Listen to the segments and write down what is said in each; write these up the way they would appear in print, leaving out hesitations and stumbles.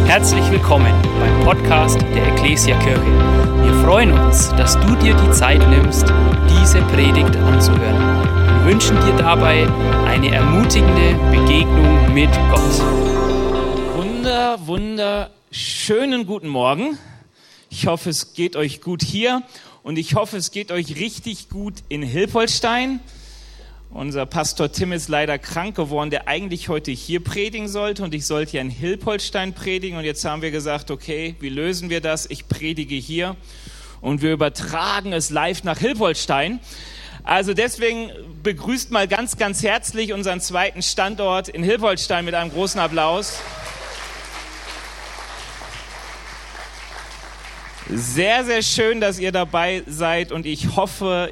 Herzlich willkommen beim Podcast der Ekklesia-Kirche. Wir freuen uns, dass du dir die Zeit nimmst, diese Predigt anzuhören. Wir wünschen dir dabei eine ermutigende Begegnung mit Gott. Wunderschönen guten Morgen. Ich hoffe, es geht euch gut hier und ich hoffe, es geht euch richtig gut in Hilpoltstein. Unser Pastor Tim ist leider krank geworden, der eigentlich heute hier predigen sollte und ich sollte ja in Hilpoltstein predigen. Und jetzt haben wir gesagt, okay, wie lösen wir das? Ich predige hier und wir übertragen es live nach Hilpoltstein. Also deswegen begrüßt mal ganz, ganz herzlich unseren zweiten Standort in Hilpoltstein mit einem großen Applaus. Sehr, sehr schön, dass ihr dabei seid und ich hoffe,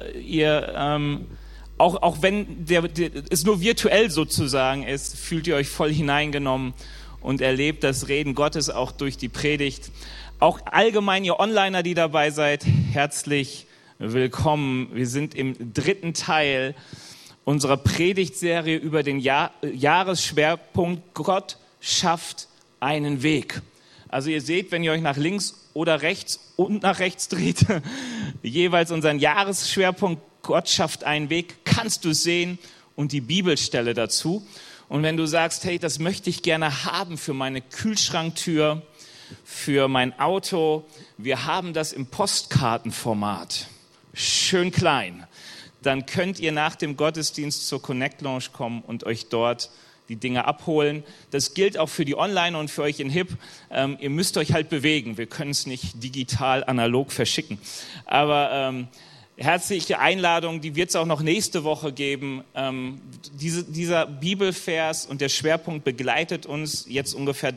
auch wenn es nur virtuell sozusagen ist, fühlt ihr euch voll hineingenommen und erlebt das Reden Gottes auch durch die Predigt. Auch allgemein ihr Onliner, die dabei seid, herzlich willkommen. Wir sind im dritten Teil unserer Predigtserie über den Jahresschwerpunkt Gott schafft einen Weg. Also ihr seht, wenn ihr euch nach links oder rechts und nach rechts dreht, jeweils unseren Jahresschwerpunkt Gott schafft einen Weg, kannst du sehen und die Bibelstelle dazu. Und wenn du sagst, hey, das möchte ich gerne haben für meine Kühlschranktür, für mein Auto, wir haben das im Postkartenformat, schön klein, dann könnt ihr nach dem Gottesdienst zur Connect Lounge kommen und euch dort die Dinge abholen. Das gilt auch für die Online und für euch in HIP. Ihr müsst euch halt bewegen. Wir können es nicht digital, analog verschicken. Aber herzliche Einladung, die wird es auch noch nächste Woche geben. Dieser Bibelvers und der Schwerpunkt begleitet uns jetzt ungefähr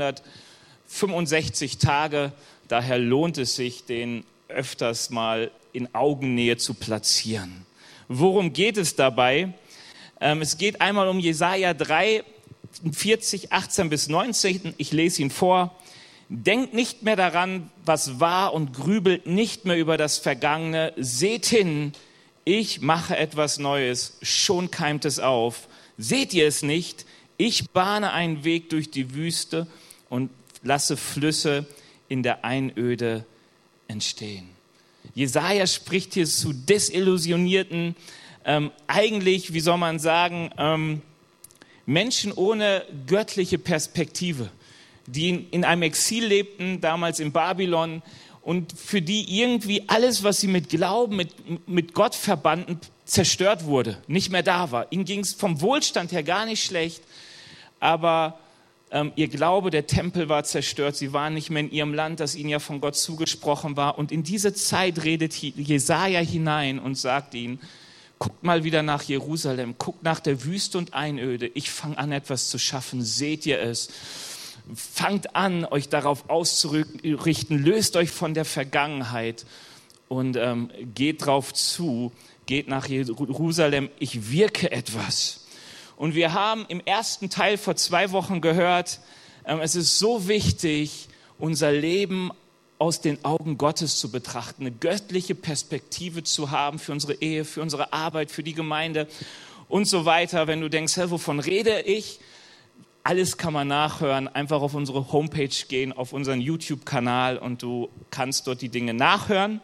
365 Tage. Daher lohnt es sich, den öfters mal in Augennähe zu platzieren. Worum geht es dabei? Es geht einmal um Jesaja 3, 40, 18 bis 19. Ich lese ihn vor. Denkt nicht mehr daran, was war und grübelt nicht mehr über das Vergangene. Seht hin, ich mache etwas Neues, schon keimt es auf. Seht ihr es nicht? Ich bahne einen Weg durch die Wüste und lasse Flüsse in der Einöde entstehen. Jesaja spricht hier zu desillusionierten, eigentlich, wie soll man sagen, Menschen ohne göttliche Perspektive, die in einem Exil lebten, damals in Babylon, und für die irgendwie alles, was sie mit Glauben, mit Gott verbanden, zerstört wurde, nicht mehr da war. Ihnen ging es vom Wohlstand her gar nicht schlecht, aber ihr Glaube, der Tempel war zerstört, sie waren nicht mehr in ihrem Land, das ihnen ja von Gott zugesprochen war. Und in diese Zeit redet Jesaja hinein und sagt ihnen, guckt mal wieder nach Jerusalem, guckt nach der Wüste und Einöde. Ich fange an, etwas zu schaffen. Seht ihr es? Fangt an, euch darauf auszurichten. Löst euch von der Vergangenheit und geht drauf zu. Geht nach Jerusalem. Ich wirke etwas. Und wir haben im ersten Teil vor 2 Wochen gehört, es ist so wichtig, unser Leben aus den Augen Gottes zu betrachten, eine göttliche Perspektive zu haben für unsere Ehe, für unsere Arbeit, für die Gemeinde und so weiter. Wenn du denkst, wovon rede ich? Alles kann man nachhören, einfach auf unsere Homepage gehen, auf unseren YouTube-Kanal und du kannst dort die Dinge nachhören.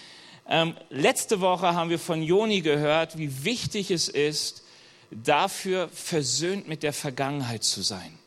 Letzte Woche haben wir von Joni gehört, wie wichtig es ist, dafür versöhnt mit der Vergangenheit zu sein.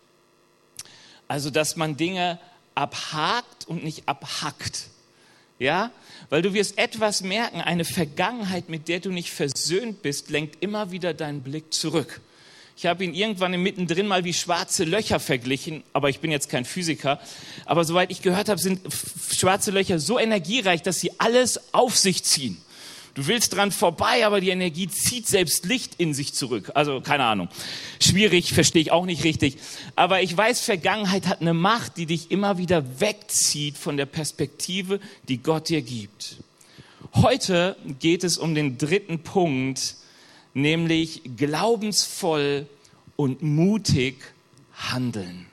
Also, dass man Dinge abhakt und nicht abhackt. Ja? Weil du wirst etwas merken, eine Vergangenheit, mit der du nicht versöhnt bist, lenkt immer wieder deinen Blick zurück. Ich habe ihn irgendwann mittendrin mal wie schwarze Löcher verglichen, aber ich bin jetzt kein Physiker. Aber soweit ich gehört habe, sind schwarze Löcher so energiereich, dass sie alles auf sich ziehen. Du willst dran vorbei, aber die Energie zieht selbst Licht in sich zurück. Also keine Ahnung. Schwierig, verstehe ich auch nicht richtig. Aber ich weiß, Vergangenheit hat eine Macht, die dich immer wieder wegzieht von der Perspektive, die Gott dir gibt. Heute geht es um den dritten Punkt, nämlich glaubensvoll und mutig handeln.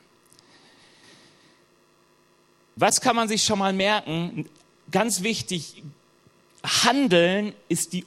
Was kann man sich schon mal merken? Ganz wichtig, Handeln ist die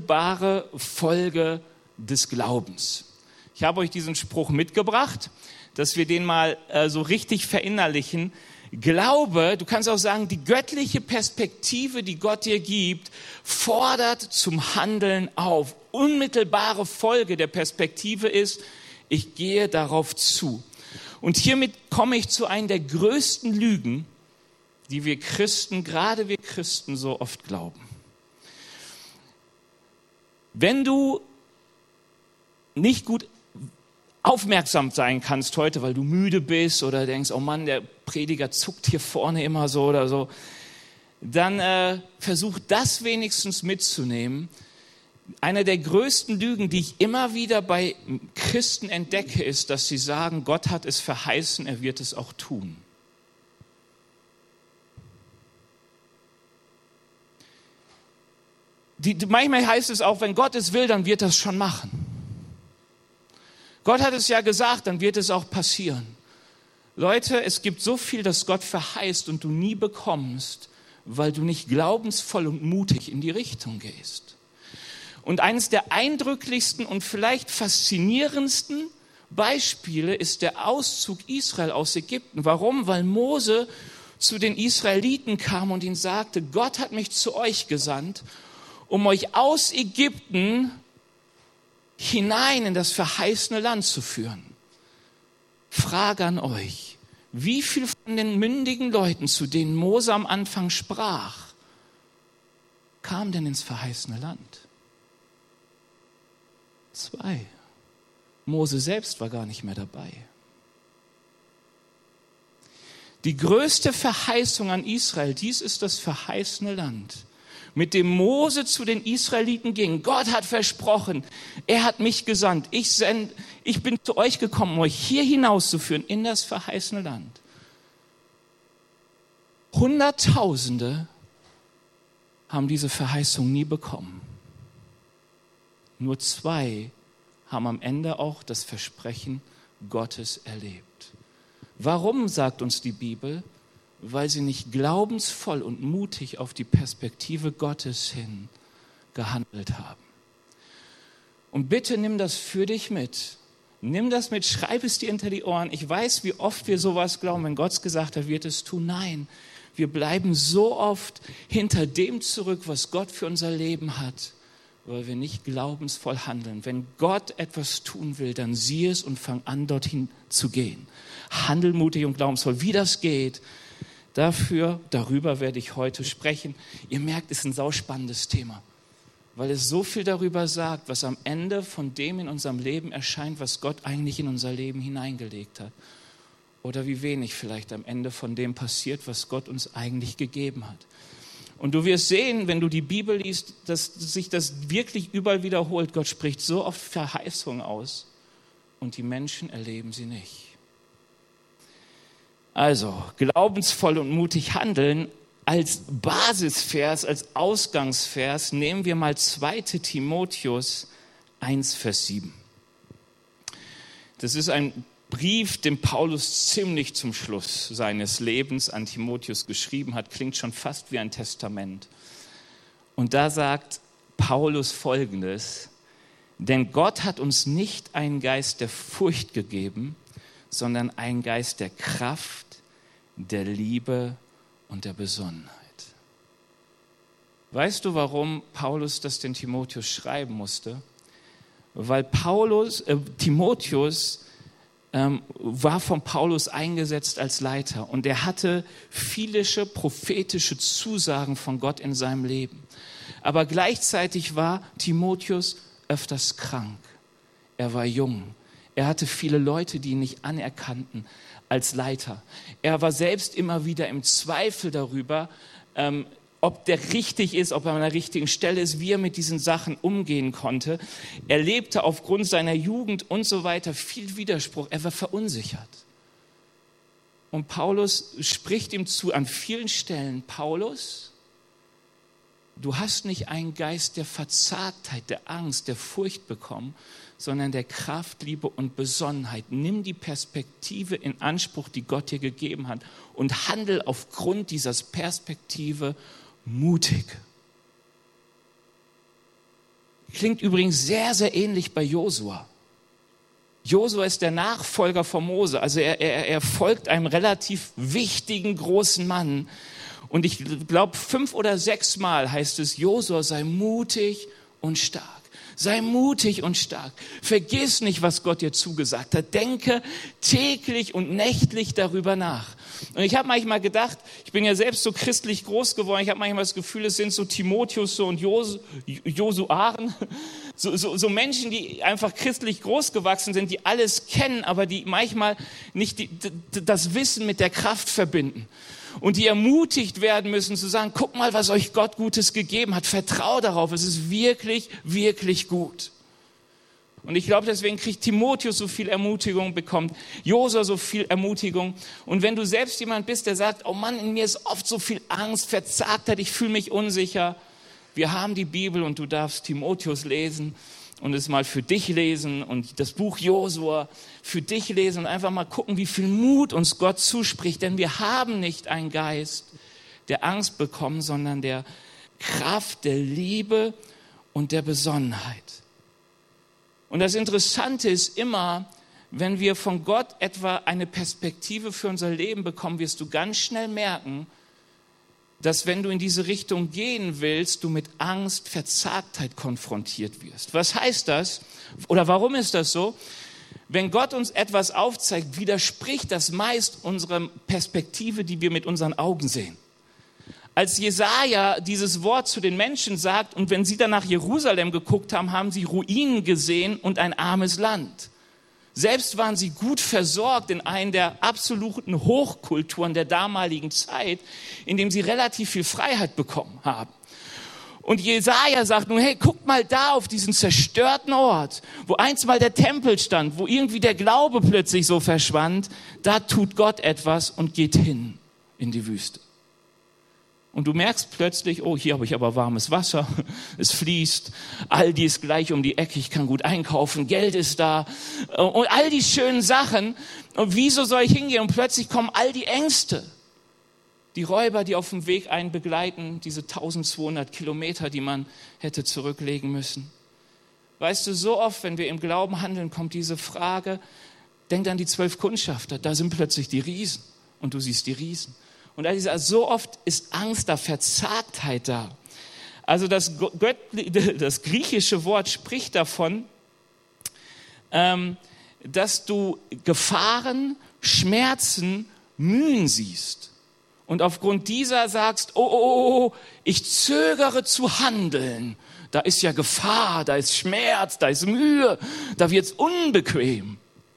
unmittelbare Folge des Glaubens. Ich habe euch diesen Spruch mitgebracht. dass wir den mal so richtig verinnerlichen. Glaube, du kannst auch sagen, die göttliche Perspektive, die Gott dir gibt, fordert zum Handeln auf. Unmittelbare Folge der Perspektive ist, ich gehe darauf zu. Und hiermit komme ich zu einer der größten Lügen, die wir Christen, gerade wir Christen, so oft glauben. Wenn du nicht gut aufmerksam sein kannst heute, weil du müde bist oder denkst, oh Mann, der Prediger zuckt hier vorne immer so oder so, dann versuch das wenigstens mitzunehmen. Eine der größten Lügen, die ich immer wieder bei Christen entdecke, ist, dass sie sagen, Gott hat es verheißen, er wird es auch tun. Manchmal heißt es auch, wenn Gott es will, dann wird er es schon machen. Gott hat es ja gesagt, dann wird es auch passieren. Leute, es gibt so viel, das Gott verheißt und du nie bekommst, weil du nicht glaubensvoll und mutig in die Richtung gehst. Und eines der eindrücklichsten und vielleicht faszinierendsten Beispiele ist der Auszug Israel aus Ägypten. Warum? Weil Mose zu den Israeliten kam und ihnen sagte, Gott hat mich zu euch gesandt, um euch aus Ägypten hinein in das verheißene Land zu führen. Frage an euch, wie viel von den mündigen Leuten, zu denen Mose am Anfang sprach, kam denn ins verheißene Land? 2. Mose selbst war gar nicht mehr dabei. Die größte Verheißung an Israel, dies ist das verheißene Land, mit dem Mose zu den Israeliten ging. Gott hat versprochen, er hat mich gesandt. Ich bin zu euch gekommen, um euch hier hinauszuführen in das verheißene Land. Hunderttausende haben diese Verheißung nie bekommen. Nur 2 haben am Ende auch das Versprechen Gottes erlebt. Warum, sagt uns die Bibel? Weil sie nicht glaubensvoll und mutig auf die Perspektive Gottes hin gehandelt haben. Und bitte nimm das für dich mit. Nimm das mit, schreib es dir hinter die Ohren. Ich weiß, wie oft wir sowas glauben, wenn Gott gesagt hat, wird es tun. Nein, wir bleiben so oft hinter dem zurück, was Gott für unser Leben hat, weil wir nicht glaubensvoll handeln. Wenn Gott etwas tun will, dann sieh es und fang an, dorthin zu gehen. Handel mutig und glaubensvoll. Wie das geht, darüber werde ich heute sprechen. Ihr merkt, es ist ein sauspannendes Thema, weil es so viel darüber sagt, was am Ende von dem in unserem Leben erscheint, was Gott eigentlich in unser Leben hineingelegt hat. Oder wie wenig vielleicht am Ende von dem passiert, was Gott uns eigentlich gegeben hat. Und du wirst sehen, wenn du die Bibel liest, dass sich das wirklich überall wiederholt. Gott spricht so oft Verheißungen aus und die Menschen erleben sie nicht. Also, glaubensvoll und mutig handeln als Basisvers, als Ausgangsvers, nehmen wir mal 2. Timotheus 1, Vers 7. Das ist ein Brief, den Paulus ziemlich zum Schluss seines Lebens an Timotheus geschrieben hat, klingt schon fast wie ein Testament. Und da sagt Paulus Folgendes: Denn Gott hat uns nicht einen Geist der Furcht gegeben, sondern einen Geist der Kraft, der Liebe und der Besonnenheit. Weißt du, warum Paulus das den Timotheus schreiben musste? Weil Timotheus war von Paulus eingesetzt als Leiter und er hatte viele prophetische Zusagen von Gott in seinem Leben. Aber gleichzeitig war Timotheus öfters krank. Er war jung. Er hatte viele Leute, die ihn nicht anerkannten als Leiter. Er war selbst immer wieder im Zweifel darüber, ob der richtig ist, ob er an der richtigen Stelle ist, wie er mit diesen Sachen umgehen konnte. Er lebte aufgrund seiner Jugend und so weiter viel Widerspruch. Er war verunsichert. Und Paulus spricht ihm zu an vielen Stellen: Paulus, du hast nicht einen Geist der Verzagtheit, der Angst, der Furcht bekommen, sondern der Kraft, Liebe und Besonnenheit. Nimm die Perspektive in Anspruch, die Gott dir gegeben hat, und handel aufgrund dieser Perspektive mutig. Klingt übrigens sehr, sehr ähnlich bei Josua. Josua ist der Nachfolger von Mose, also er folgt einem relativ wichtigen, großen Mann. Und ich glaube, 5 oder 6 Mal heißt es, Josua, sei mutig und stark. Sei mutig und stark. Vergiss nicht, was Gott dir zugesagt hat. Denke täglich und nächtlich darüber nach. Und ich habe manchmal gedacht, ich bin ja selbst so christlich groß geworden, ich habe manchmal das Gefühl, es sind so Timotheus und Josuaren, so Menschen, die einfach christlich groß gewachsen sind, die alles kennen, aber die manchmal nicht das Wissen mit der Kraft verbinden. Und die ermutigt werden müssen zu sagen, guck mal, was euch Gott Gutes gegeben hat. Vertrau darauf, es ist wirklich, wirklich gut. Und ich glaube, deswegen kriegt Timotheus so viel Ermutigung, bekommt Josua so viel Ermutigung. Und wenn du selbst jemand bist, der sagt, oh Mann, in mir ist oft so viel Angst, Verzagtheit, ich fühle mich unsicher. Wir haben die Bibel und du darfst Timotheus lesen und es mal für dich lesen und das Buch Josua für dich lesen und einfach mal gucken, wie viel Mut uns Gott zuspricht. Denn wir haben nicht einen Geist der Angst bekommen, sondern der Kraft, der Liebe und der Besonnenheit. Und das Interessante ist immer, wenn wir von Gott etwa eine Perspektive für unser Leben bekommen, wirst du ganz schnell merken, dass wenn du in diese Richtung gehen willst, du mit Angst, Verzagtheit konfrontiert wirst. Was heißt das? Oder warum ist das so? Wenn Gott uns etwas aufzeigt, widerspricht das meist unserer Perspektive, die wir mit unseren Augen sehen. Als Jesaja dieses Wort zu den Menschen sagt, und wenn sie dann nach Jerusalem geguckt haben, haben sie Ruinen gesehen und ein armes Land. Selbst waren sie gut versorgt in einer der absoluten Hochkulturen der damaligen Zeit, in dem sie relativ viel Freiheit bekommen haben. Und Jesaja sagt nun, hey, guck mal da auf diesen zerstörten Ort, wo einst mal der Tempel stand, wo irgendwie der Glaube plötzlich so verschwand, da tut Gott etwas und geht hin in die Wüste. Und du merkst plötzlich, oh, hier habe ich aber warmes Wasser, es fließt, Aldi ist gleich um die Ecke, ich kann gut einkaufen, Geld ist da und all die schönen Sachen. Und wieso soll ich hingehen? Und plötzlich kommen all die Ängste. Die Räuber, die auf dem Weg einen begleiten, diese 1200 Kilometer, die man hätte zurücklegen müssen. Weißt du, so oft, wenn wir im Glauben handeln, kommt diese Frage, denk an die 12 Kundschafter, da sind plötzlich die Riesen und du siehst die Riesen. Und also so oft ist Angst da, Verzagtheit da. Also das griechische Wort spricht davon, dass du Gefahren, Schmerzen, Mühen siehst. Und aufgrund dieser sagst, oh, ich zögere zu handeln. Da ist ja Gefahr, da ist Schmerz, da ist Mühe, da wird's unbequem.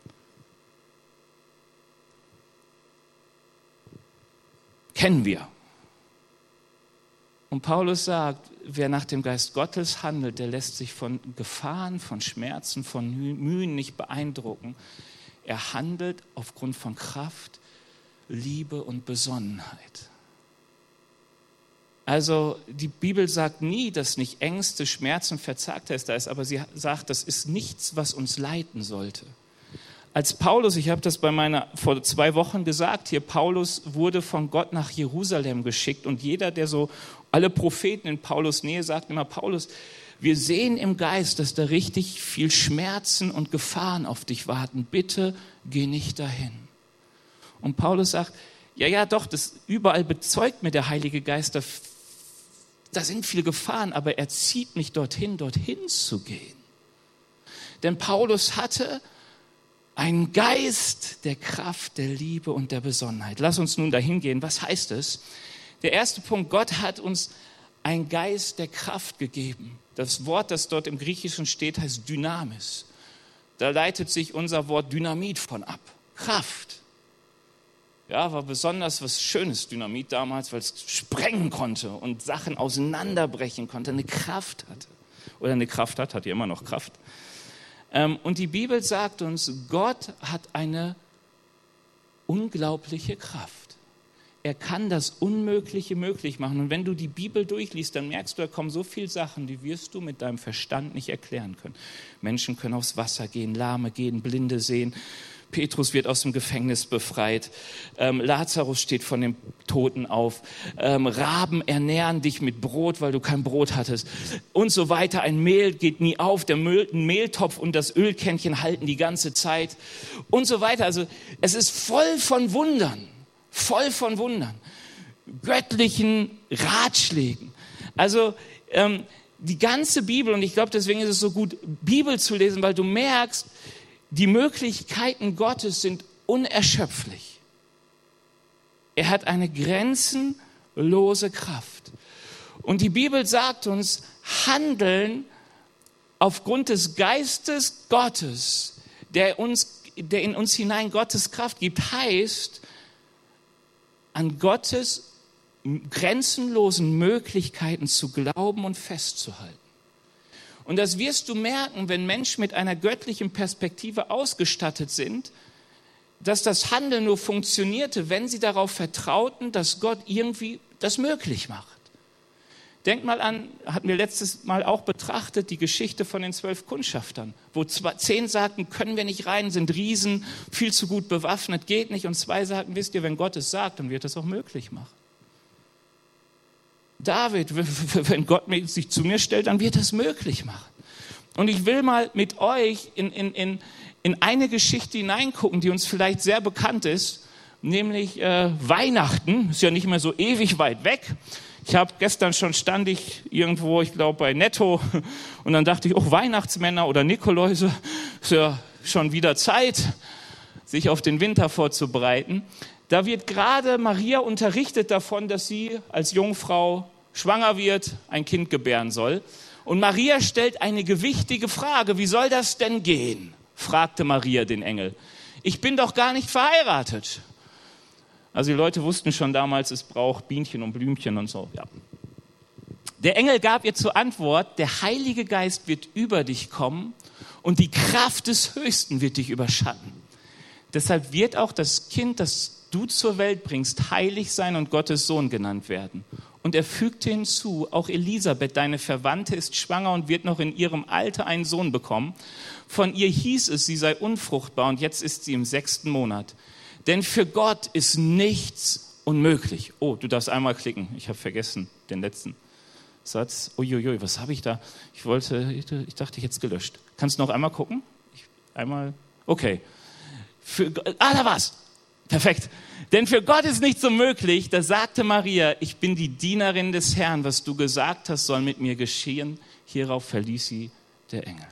Kennen wir. Und Paulus sagt, wer nach dem Geist Gottes handelt, der lässt sich von Gefahren, von Schmerzen, von Mühen nicht beeindrucken. Er handelt aufgrund von Kraft, Liebe und Besonnenheit. Also die Bibel sagt nie, dass nicht Ängste, Schmerzen, Verzagtheit da ist, aber sie sagt, das ist nichts, was uns leiten sollte. Als Paulus, ich habe das vor 2 Wochen gesagt, hier Paulus wurde von Gott nach Jerusalem geschickt und jeder, der so, alle Propheten in Paulus' Nähe sagt immer, Paulus, wir sehen im Geist, dass da richtig viel Schmerzen und Gefahren auf dich warten. Bitte geh nicht dahin. Und Paulus sagt, ja doch, das überall bezeugt mir der Heilige Geist, da sind viele Gefahren, aber er zieht mich dorthin zu gehen. Denn Paulus hatte ein Geist der Kraft, der Liebe und der Besonnenheit. Lass uns nun dahin gehen. Was heißt es? Der erste Punkt, Gott hat uns einen Geist der Kraft gegeben. Das Wort, das dort im Griechischen steht, heißt Dynamis. Da leitet sich unser Wort Dynamit von ab. Kraft. Ja, war besonders was Schönes, Dynamit damals, weil es sprengen konnte und Sachen auseinanderbrechen konnte, eine Kraft hatte. Oder eine Kraft hat ja immer noch Kraft. Und die Bibel sagt uns, Gott hat eine unglaubliche Kraft. Er kann das Unmögliche möglich machen. Und wenn du die Bibel durchliest, dann merkst du, da kommen so viele Sachen, die wirst du mit deinem Verstand nicht erklären können. Menschen können aufs Wasser gehen, Lahme gehen, Blinde sehen, Petrus wird aus dem Gefängnis befreit. Lazarus steht von den Toten auf. Raben ernähren dich mit Brot, weil du kein Brot hattest. Und so weiter. Ein Mehl geht nie auf. Der Mehltopf und das Ölkännchen halten die ganze Zeit. Und so weiter. Also es ist voll von Wundern. Voll von Wundern. Göttlichen Ratschlägen. Also die ganze Bibel, und ich glaube, deswegen ist es so gut, Bibel zu lesen, weil du merkst, die Möglichkeiten Gottes sind unerschöpflich. Er hat eine grenzenlose Kraft. Und die Bibel sagt uns, Handeln aufgrund des Geistes Gottes, der in uns hinein Gottes Kraft gibt, heißt, an Gottes grenzenlosen Möglichkeiten zu glauben und festzuhalten. Und das wirst du merken, wenn Menschen mit einer göttlichen Perspektive ausgestattet sind, dass das Handeln nur funktionierte, wenn sie darauf vertrauten, dass Gott irgendwie das möglich macht. Denk mal an, hatten wir letztes Mal auch betrachtet, die Geschichte von den 12 Kundschaftern, wo 10 sagten, können wir nicht rein, sind Riesen, viel zu gut bewaffnet, geht nicht. Und 2 sagten, wisst ihr, wenn Gott es sagt, dann wird es auch möglich machen. David, wenn Gott sich zu mir stellt, dann wird er es möglich machen. Und ich will mal mit euch in eine Geschichte hineingucken, die uns vielleicht sehr bekannt ist, nämlich Weihnachten. Ist ja nicht mehr so ewig weit weg. Gestern stand ich irgendwo, ich glaube bei Netto, und dann dachte ich, oh, Weihnachtsmänner oder Nikoläuse, ist ja schon wieder Zeit, sich auf den Winter vorzubereiten. Da wird gerade Maria unterrichtet davon, dass sie als Jungfrau schwanger wird, ein Kind gebären soll. Und Maria stellt eine gewichtige Frage. Wie soll das denn gehen? Fragte Maria den Engel. Ich bin doch gar nicht verheiratet. Also die Leute wussten schon damals, es braucht Bienchen und Blümchen und so. Ja. Der Engel gab ihr zur Antwort, der Heilige Geist wird über dich kommen und die Kraft des Höchsten wird dich überschatten. Deshalb wird auch das Kind, das du zur Welt bringst, heilig sein und Gottes Sohn genannt werden. Und er fügte hinzu, auch Elisabeth, deine Verwandte, ist schwanger und wird noch in ihrem Alter einen Sohn bekommen. Von ihr hieß es, sie sei unfruchtbar und jetzt ist sie im 6. Monat. Denn für Gott ist nichts unmöglich. Oh, du darfst einmal klicken. Ich habe vergessen, den letzten Satz. Uiuiui, was habe ich da? Ich dachte, ich hätte es gelöscht. Kannst du noch einmal gucken? Okay. Da war's. Perfekt. Denn für Gott ist nichts unmöglich. Da sagte Maria, ich bin die Dienerin des Herrn. Was du gesagt hast, soll mit mir geschehen. Hierauf verließ sie der Engel.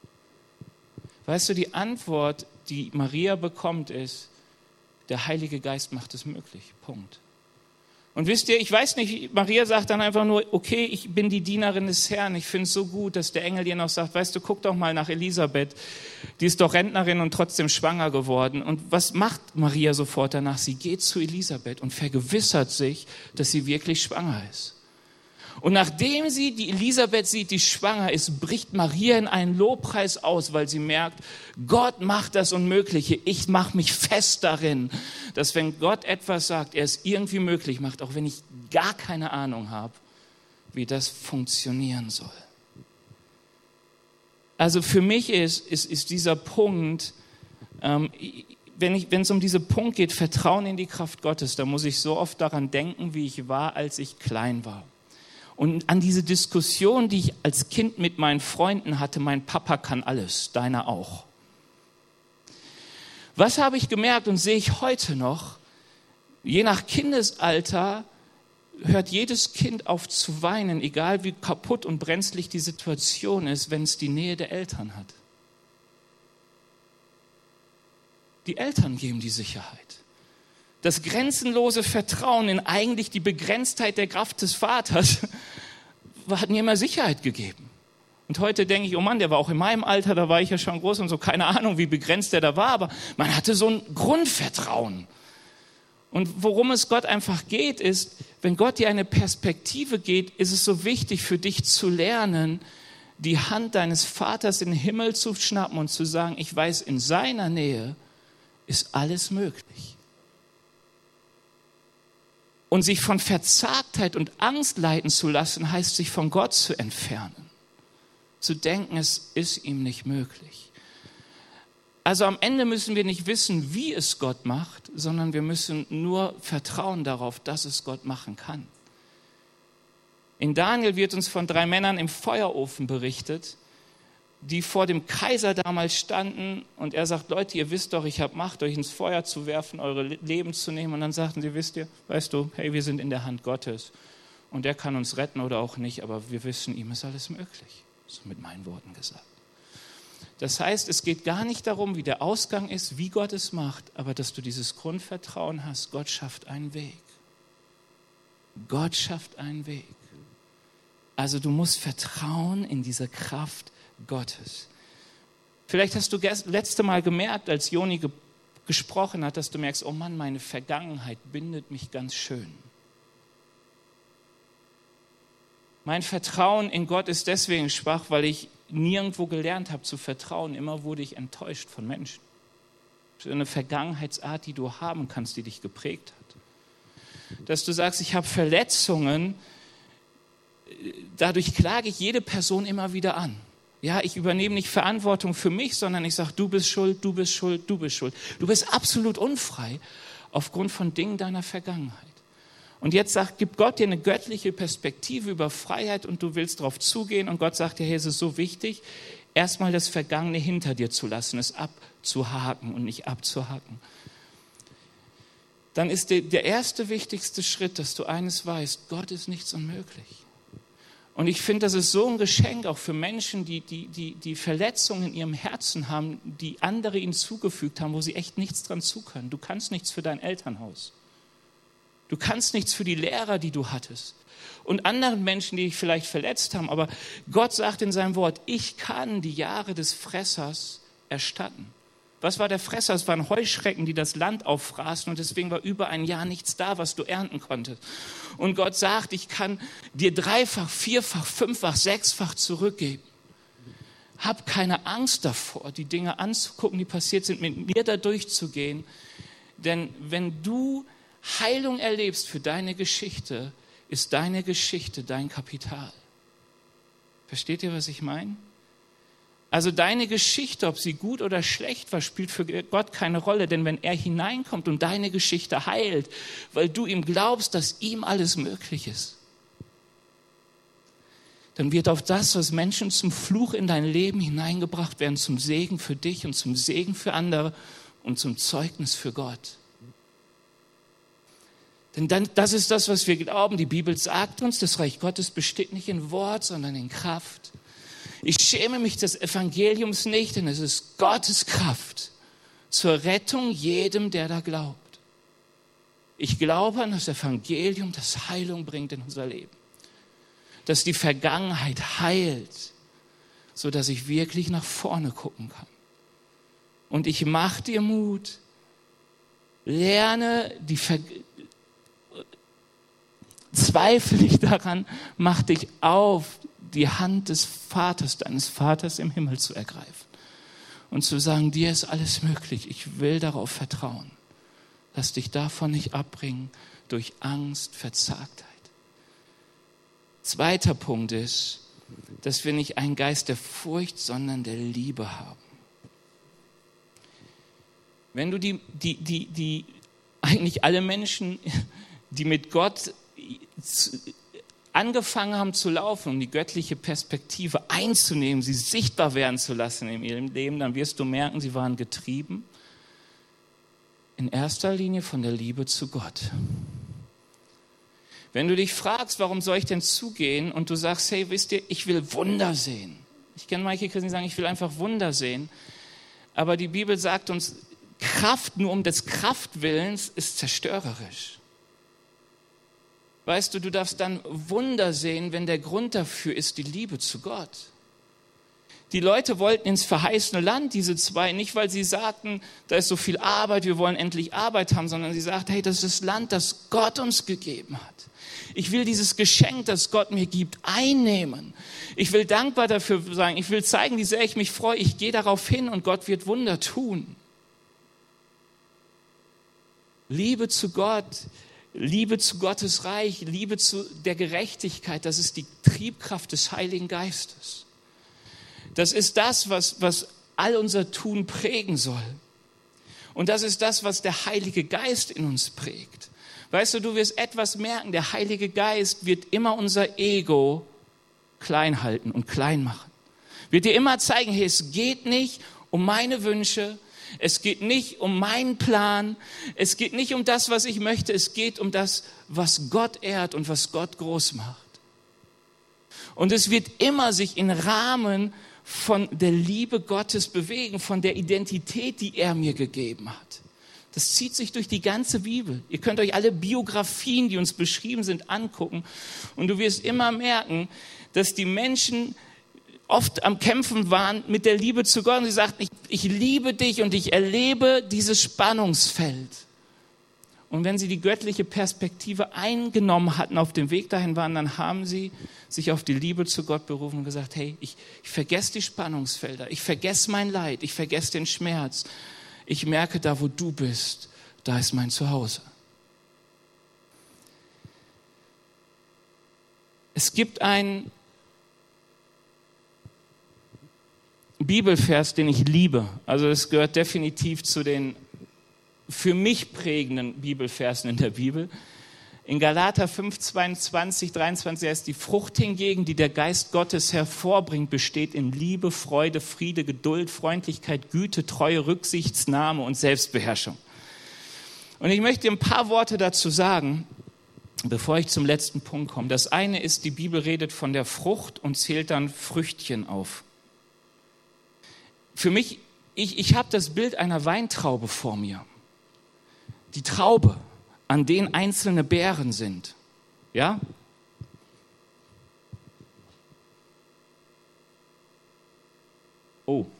Weißt du, die Antwort, die Maria bekommt, ist, der Heilige Geist macht es möglich. Punkt. Und wisst ihr, ich weiß nicht, Maria sagt dann einfach nur, okay, ich bin die Dienerin des Herrn. Ich finde es so gut, dass der Engel ihr noch sagt, weißt du, guck doch mal nach Elisabeth. Die ist doch Rentnerin und trotzdem schwanger geworden. Und was macht Maria sofort danach? Sie geht zu Elisabeth und vergewissert sich, dass sie wirklich schwanger ist. Und nachdem sie die Elisabeth sieht, die schwanger ist, bricht Maria in einen Lobpreis aus, weil sie merkt, Gott macht das Unmögliche. Ich mache mich fest darin, dass wenn Gott etwas sagt, er es irgendwie möglich macht, auch wenn ich gar keine Ahnung habe, wie das funktionieren soll. Also für mich ist dieser Punkt, wenn es um diesen Punkt geht, Vertrauen in die Kraft Gottes, da muss ich so oft daran denken, wie ich war, als ich klein war. Und an diese Diskussion, die ich als Kind mit meinen Freunden hatte, mein Papa kann alles, deiner auch. Was habe ich gemerkt und sehe ich heute noch? Je nach Kindesalter hört jedes Kind auf zu weinen, egal wie kaputt und brenzlig die Situation ist, wenn es die Nähe der Eltern hat. Die Eltern geben die Sicherheit. Das grenzenlose Vertrauen in eigentlich die Begrenztheit der Kraft des Vaters hat mir immer Sicherheit gegeben. Und heute denke ich, oh Mann, der war auch in meinem Alter, da war ich ja schon groß und so, keine Ahnung, wie begrenzt der da war, aber man hatte so ein Grundvertrauen. Und worum es Gott einfach geht, ist, wenn Gott dir eine Perspektive gibt, ist es so wichtig für dich zu lernen, die Hand deines Vaters in den Himmel zu schnappen und zu sagen, ich weiß, in seiner Nähe ist alles möglich. Und sich von Verzagtheit und Angst leiten zu lassen, heißt sich von Gott zu entfernen. Zu denken, es ist ihm nicht möglich. Also am Ende müssen wir nicht wissen, wie es Gott macht, sondern wir müssen nur vertrauen darauf, dass es Gott machen kann. In Daniel wird uns von 3 Männern im Feuerofen berichtet, die vor dem Kaiser damals standen und er sagt, Leute, ihr wisst doch, ich habe Macht, euch ins Feuer zu werfen, eure Leben zu nehmen. Und dann sagten sie, wisst ihr, weißt du, hey, wir sind in der Hand Gottes und er kann uns retten oder auch nicht, aber wir wissen, ihm ist alles möglich. So mit meinen Worten gesagt. Das heißt, es geht gar nicht darum, wie der Ausgang ist, wie Gott es macht, aber dass du dieses Grundvertrauen hast, Gott schafft einen Weg. Gott schafft einen Weg. Also du musst vertrauen in diese Kraft Gottes. Vielleicht hast du letzte Mal gemerkt, als Joni gesprochen hat, dass du merkst, oh Mann, meine Vergangenheit bindet mich ganz schön. Mein Vertrauen in Gott ist deswegen schwach, weil ich nirgendwo gelernt habe zu vertrauen. Immer wurde ich enttäuscht von Menschen. Das ist eine Vergangenheitsart, die du haben kannst, die dich geprägt hat. Dass du sagst, ich habe Verletzungen, dadurch klage ich jede Person immer wieder an. Ja, ich übernehme nicht Verantwortung für mich, sondern ich sage, du bist schuld, du bist schuld, du bist schuld. Du bist absolut unfrei aufgrund von Dingen deiner Vergangenheit. Und jetzt gibt Gott dir eine göttliche Perspektive über Freiheit und du willst darauf zugehen und Gott sagt dir, hey, es ist so wichtig, erstmal das Vergangene hinter dir zu lassen, es abzuhaken und nicht abzuhaken. Dann ist der erste wichtigste Schritt, dass du eines weißt, Gott ist nichts unmöglich. Und ich finde, das ist so ein Geschenk auch für Menschen, die Verletzungen in ihrem Herzen haben, die andere ihnen zugefügt haben, wo sie echt nichts dran zu können. Du kannst nichts für dein Elternhaus. Du kannst nichts für die Lehrer, die du hattest. Und anderen Menschen, die dich vielleicht verletzt haben. Aber Gott sagt in seinem Wort, ich kann die Jahre des Fressers erstatten. Was war der Fresser? Es waren Heuschrecken, die das Land auffraßen und deswegen war über ein Jahr nichts da, was du ernten konntest. Und Gott sagt, ich kann dir 3-fach, 4-fach, 5-fach, 6-fach zurückgeben. Hab keine Angst davor, die Dinge anzugucken, die passiert sind, mit mir da durchzugehen. Denn wenn du Heilung erlebst für deine Geschichte, ist deine Geschichte dein Kapital. Versteht ihr, was ich meine? Also deine Geschichte, ob sie gut oder schlecht war, spielt für Gott keine Rolle. Denn wenn er hineinkommt und deine Geschichte heilt, weil du ihm glaubst, dass ihm alles möglich ist, dann wird auf das, was Menschen zum Fluch in dein Leben hineingebracht werden, zum Segen für dich und zum Segen für andere und zum Zeugnis für Gott. Denn das ist das, was wir glauben. Die Bibel sagt uns, das Reich Gottes besteht nicht in Wort, sondern in Kraft. Ich schäme mich des Evangeliums nicht, denn es ist Gottes Kraft zur Rettung jedem, der da glaubt. Ich glaube an das Evangelium, das Heilung bringt in unser Leben. Dass die Vergangenheit heilt, sodass ich wirklich nach vorne gucken kann. Und ich mache dir Mut, lerne die Zweifle nicht daran, mach dich auf, die Hand des Vaters, deines Vaters im Himmel zu ergreifen und zu sagen, dir ist alles möglich, ich will darauf vertrauen. Lass dich davon nicht abbringen durch Angst, Verzagtheit. Zweiter Punkt ist, dass wir nicht einen Geist der Furcht, sondern der Liebe haben. Wenn du eigentlich alle Menschen, die mit Gott angefangen haben zu laufen, um die göttliche Perspektive einzunehmen, sie sichtbar werden zu lassen in ihrem Leben, dann wirst du merken, sie waren getrieben in erster Linie von der Liebe zu Gott. Wenn du dich fragst, warum soll ich denn zugehen und du sagst, hey, wisst ihr, ich will Wunder sehen. Ich kenne manche Christen, die sagen, ich will einfach Wunder sehen. Aber die Bibel sagt uns, Kraft nur um des Kraftwillens ist zerstörerisch. Weißt du, du darfst dann Wunder sehen, wenn der Grund dafür ist die Liebe zu Gott. Die Leute wollten ins verheißene Land, diese zwei, nicht weil sie sagten, da ist so viel Arbeit, wir wollen endlich Arbeit haben, sondern sie sagten, hey, das ist das Land, das Gott uns gegeben hat. Ich will dieses Geschenk, das Gott mir gibt, einnehmen. Ich will dankbar dafür sein. Ich will zeigen, wie sehr ich mich freue. Ich gehe darauf hin und Gott wird Wunder tun. Liebe zu Gott, Liebe zu Gottes Reich, Liebe zu der Gerechtigkeit, das ist die Triebkraft des Heiligen Geistes. Das ist das, was all unser Tun prägen soll. Und das ist das, was der Heilige Geist in uns prägt. Weißt du, du wirst etwas merken, der Heilige Geist wird immer unser Ego klein halten und klein machen. Wird dir immer zeigen, hey, es geht nicht um meine Wünsche, es geht nicht um meinen Plan, es geht nicht um das, was ich möchte, es geht um das, was Gott ehrt und was Gott groß macht. Und es wird immer sich im Rahmen von der Liebe Gottes bewegen, von der Identität, die er mir gegeben hat. Das zieht sich durch die ganze Bibel. Ihr könnt euch alle Biografien, die uns beschrieben sind, angucken. Und du wirst immer merken, dass die Menschen oft am Kämpfen waren mit der Liebe zu Gott. Und sie sagten, ich liebe dich und ich erlebe dieses Spannungsfeld. Und wenn sie die göttliche Perspektive eingenommen hatten, auf dem Weg dahin waren, dann haben sie sich auf die Liebe zu Gott berufen und gesagt, hey, ich vergesse die Spannungsfelder, ich vergesse mein Leid, ich vergesse den Schmerz. Ich merke, da wo du bist, da ist mein Zuhause. Es gibt einen Bibelvers, den ich liebe. Also es gehört definitiv zu den für mich prägenden Bibelversen in der Bibel. In Galater 5, 22, 23 heißt, die Frucht hingegen, die der Geist Gottes hervorbringt, besteht in Liebe, Freude, Friede, Geduld, Freundlichkeit, Güte, Treue, Rücksichtnahme und Selbstbeherrschung. Und ich möchte ein paar Worte dazu sagen, bevor ich zum letzten Punkt komme. Das eine ist, die Bibel redet von der Frucht und zählt dann Früchtchen auf. Für mich, ich habe das Bild einer Weintraube vor mir. Die Traube, an denen einzelne Beeren sind. Ja? Oh.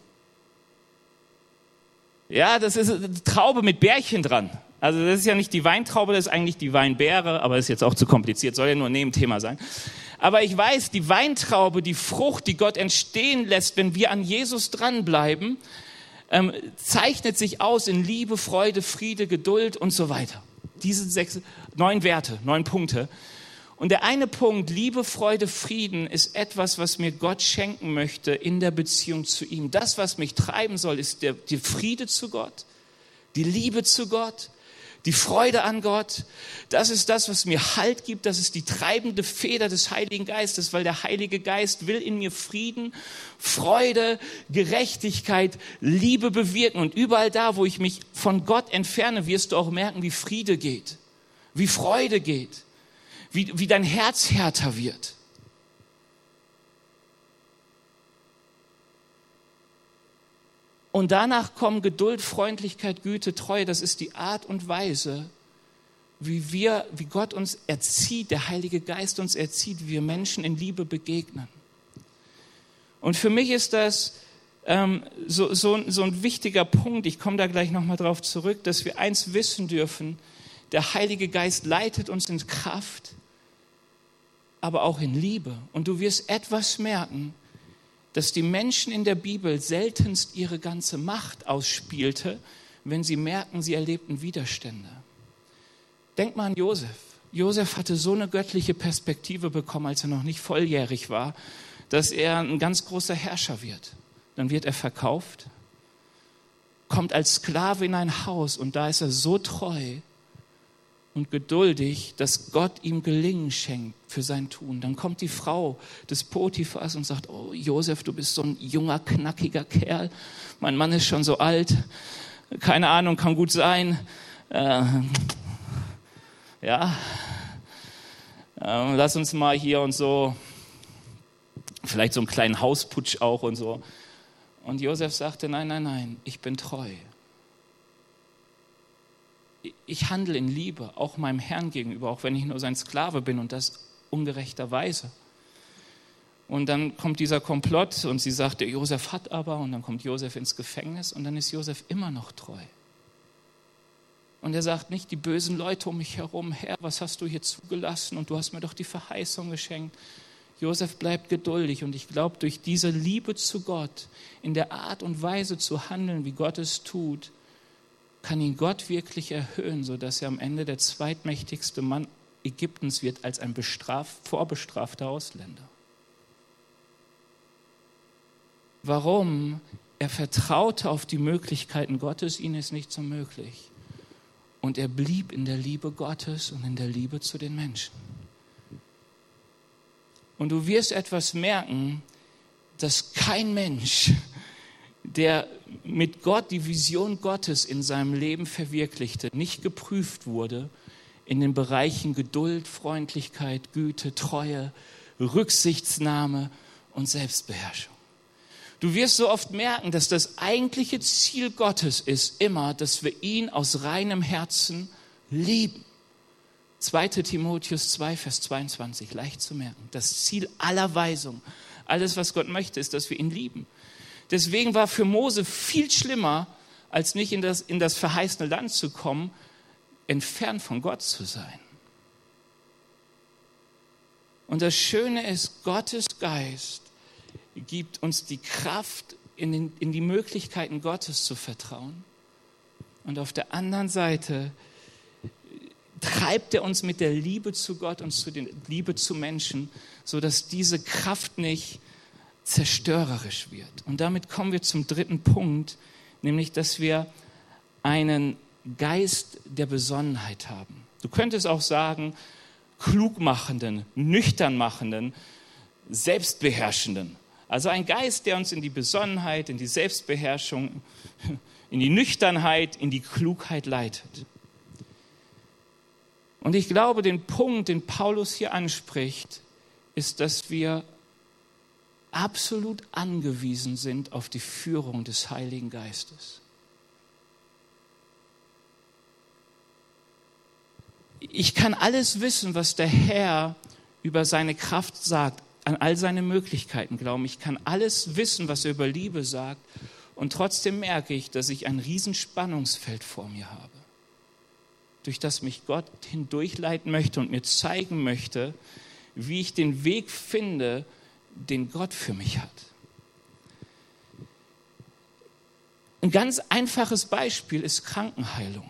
Ja, das ist eine Traube mit Bärchen dran. Also das ist ja nicht die Weintraube, das ist eigentlich die Weinbeere, aber das ist jetzt auch zu kompliziert, soll ja nur ein Nebenthema sein. Aber ich weiß, die Weintraube, die Frucht, die Gott entstehen lässt, wenn wir an Jesus dranbleiben, zeichnet sich aus in Liebe, Freude, Friede, Geduld und so weiter. Diese 9 Werte, 9 Punkte. Und der eine Punkt, Liebe, Freude, Frieden, ist etwas, was mir Gott schenken möchte in der Beziehung zu ihm. Das, was mich treiben soll, ist der Friede zu Gott, die Liebe zu Gott, die Freude an Gott. Das ist das, was mir Halt gibt. Das ist die treibende Feder des Heiligen Geistes, weil der Heilige Geist will in mir Frieden, Freude, Gerechtigkeit, Liebe bewirken. Und überall da, wo ich mich von Gott entferne, wirst du auch merken, wie Friede geht, wie Freude geht, wie dein Herz härter wird. Und danach kommen Geduld, Freundlichkeit, Güte, Treue. Das ist die Art und Weise, wie Gott uns erzieht, der Heilige Geist uns erzieht, wie wir Menschen in Liebe begegnen. Und für mich ist das so ein wichtiger Punkt, ich komme da gleich nochmal drauf zurück, dass wir eins wissen dürfen, der Heilige Geist leitet uns in Kraft, aber auch in Liebe. Und du wirst etwas merken, dass die Menschen in der Bibel seltenst ihre ganze Macht ausspielte, wenn sie merken, sie erlebten Widerstände. Denk mal an Josef. Josef hatte so eine göttliche Perspektive bekommen, als er noch nicht volljährig war, dass er ein ganz großer Herrscher wird. Dann wird er verkauft, kommt als Sklave in ein Haus und da ist er so treu und geduldig, dass Gott ihm Gelingen schenkt für sein Tun. Dann kommt die Frau des Potiphas und sagt, oh Josef, du bist so ein junger, knackiger Kerl. Mein Mann ist schon so alt. Keine Ahnung, kann gut sein. Lass uns mal hier und so, vielleicht so einen kleinen Hausputsch auch und so. Und Josef sagte, nein, ich bin treu. Ich handle in Liebe, auch meinem Herrn gegenüber, auch wenn ich nur sein Sklave bin und das ungerechterweise. Und dann kommt dieser Komplott und sie sagt, der Josef hat aber, und dann kommt Josef ins Gefängnis und dann ist Josef immer noch treu. Und er sagt nicht, die bösen Leute um mich herum, Herr, was hast du hier zugelassen und du hast mir doch die Verheißung geschenkt. Josef bleibt geduldig und ich glaube, durch diese Liebe zu Gott, in der Art und Weise zu handeln, wie Gott es tut, kann ihn Gott wirklich erhöhen, sodass er am Ende der zweitmächtigste Mann Ägyptens wird als ein vorbestrafter Ausländer. Warum? er vertraute auf die Möglichkeiten Gottes, ihnen ist nichts unmöglich. Und er blieb in der Liebe Gottes und in der Liebe zu den Menschen. Und du wirst etwas merken, dass kein Mensch, der mit Gott die Vision Gottes in seinem Leben verwirklichte, nicht geprüft wurde in den Bereichen Geduld, Freundlichkeit, Güte, Treue, Rücksichtsnahme und Selbstbeherrschung. Du wirst so oft merken, dass das eigentliche Ziel Gottes ist immer, dass wir ihn aus reinem Herzen lieben. 2. Timotheus 2, Vers 22, leicht zu merken. Das Ziel aller Weisung, alles, was Gott möchte, ist, dass wir ihn lieben. Deswegen war für Mose viel schlimmer, als nicht in das verheißene Land zu kommen, entfernt von Gott zu sein. Und das Schöne ist, Gottes Geist gibt uns die Kraft, in die Möglichkeiten Gottes zu vertrauen. Und auf der anderen Seite treibt er uns mit der Liebe zu Gott und der Liebe zu Menschen, sodass diese Kraft nicht zerstörerisch wird. Und damit kommen wir zum dritten Punkt, nämlich, dass wir einen Geist der Besonnenheit haben. Du könntest auch sagen, klugmachenden, nüchtern machenden, selbstbeherrschenden. Also ein Geist, der uns in die Besonnenheit, in die Selbstbeherrschung, in die Nüchternheit, in die Klugheit leitet. Und ich glaube, den Punkt, den Paulus hier anspricht, ist, dass wir absolut angewiesen sind auf die Führung des Heiligen Geistes. Ich kann alles wissen, was der Herr über seine Kraft sagt, an all seine Möglichkeiten glauben. Ich kann alles wissen, was er über Liebe sagt. Und trotzdem merke ich, dass ich ein Riesenspannungsfeld vor mir habe, durch das mich Gott hindurchleiten möchte und mir zeigen möchte, wie ich den Weg finde, den Gott für mich hat. Ein ganz einfaches Beispiel ist Krankenheilung.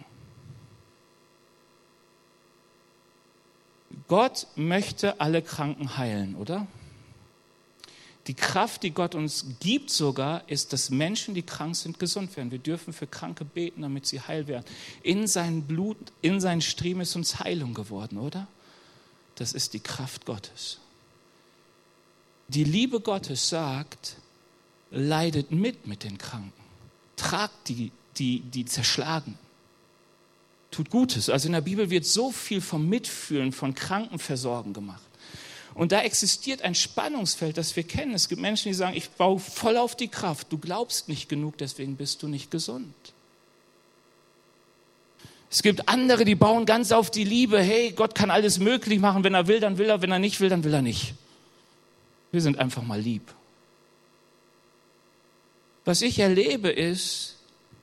Gott möchte alle Kranken heilen, oder? Die Kraft, die Gott uns gibt sogar, ist, dass Menschen, die krank sind, gesund werden. Wir dürfen für Kranke beten, damit sie heil werden. In sein Blut, in seinen Striemen ist uns Heilung geworden, oder? Das ist die Kraft Gottes. Die Liebe Gottes sagt, leidet mit den Kranken. Tragt die Zerschlagenen. Tut Gutes. Also in der Bibel wird so viel vom Mitfühlen, von Krankenversorgen gemacht. Und da existiert ein Spannungsfeld, das wir kennen. Es gibt Menschen, die sagen, ich baue voll auf die Kraft. Du glaubst nicht genug, deswegen bist du nicht gesund. Es gibt andere, die bauen ganz auf die Liebe. Hey, Gott kann alles möglich machen. Wenn er will, dann will er. Wenn er nicht will, dann will er nicht. Wir sind einfach mal lieb. Was ich erlebe ist,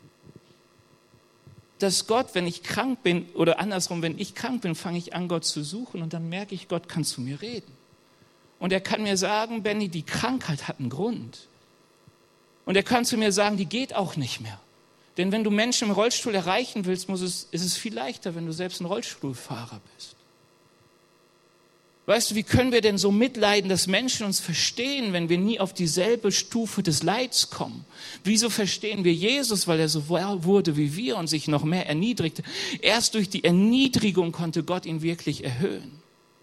dass Gott, wenn ich krank bin, oder andersrum, wenn ich krank bin, fange ich an, Gott zu suchen und dann merke ich, Gott kann zu mir reden. Und er kann mir sagen, Benny, die Krankheit hat einen Grund. Und er kann zu mir sagen, die geht auch nicht mehr. Denn wenn du Menschen im Rollstuhl erreichen willst, ist es viel leichter, wenn du selbst ein Rollstuhlfahrer bist. Weißt du, wie können wir denn so mitleiden, dass Menschen uns verstehen, wenn wir nie auf dieselbe Stufe des Leids kommen? Wieso verstehen wir Jesus, weil er so wurde wie wir und sich noch mehr erniedrigte? Erst durch die Erniedrigung konnte Gott ihn wirklich erhöhen.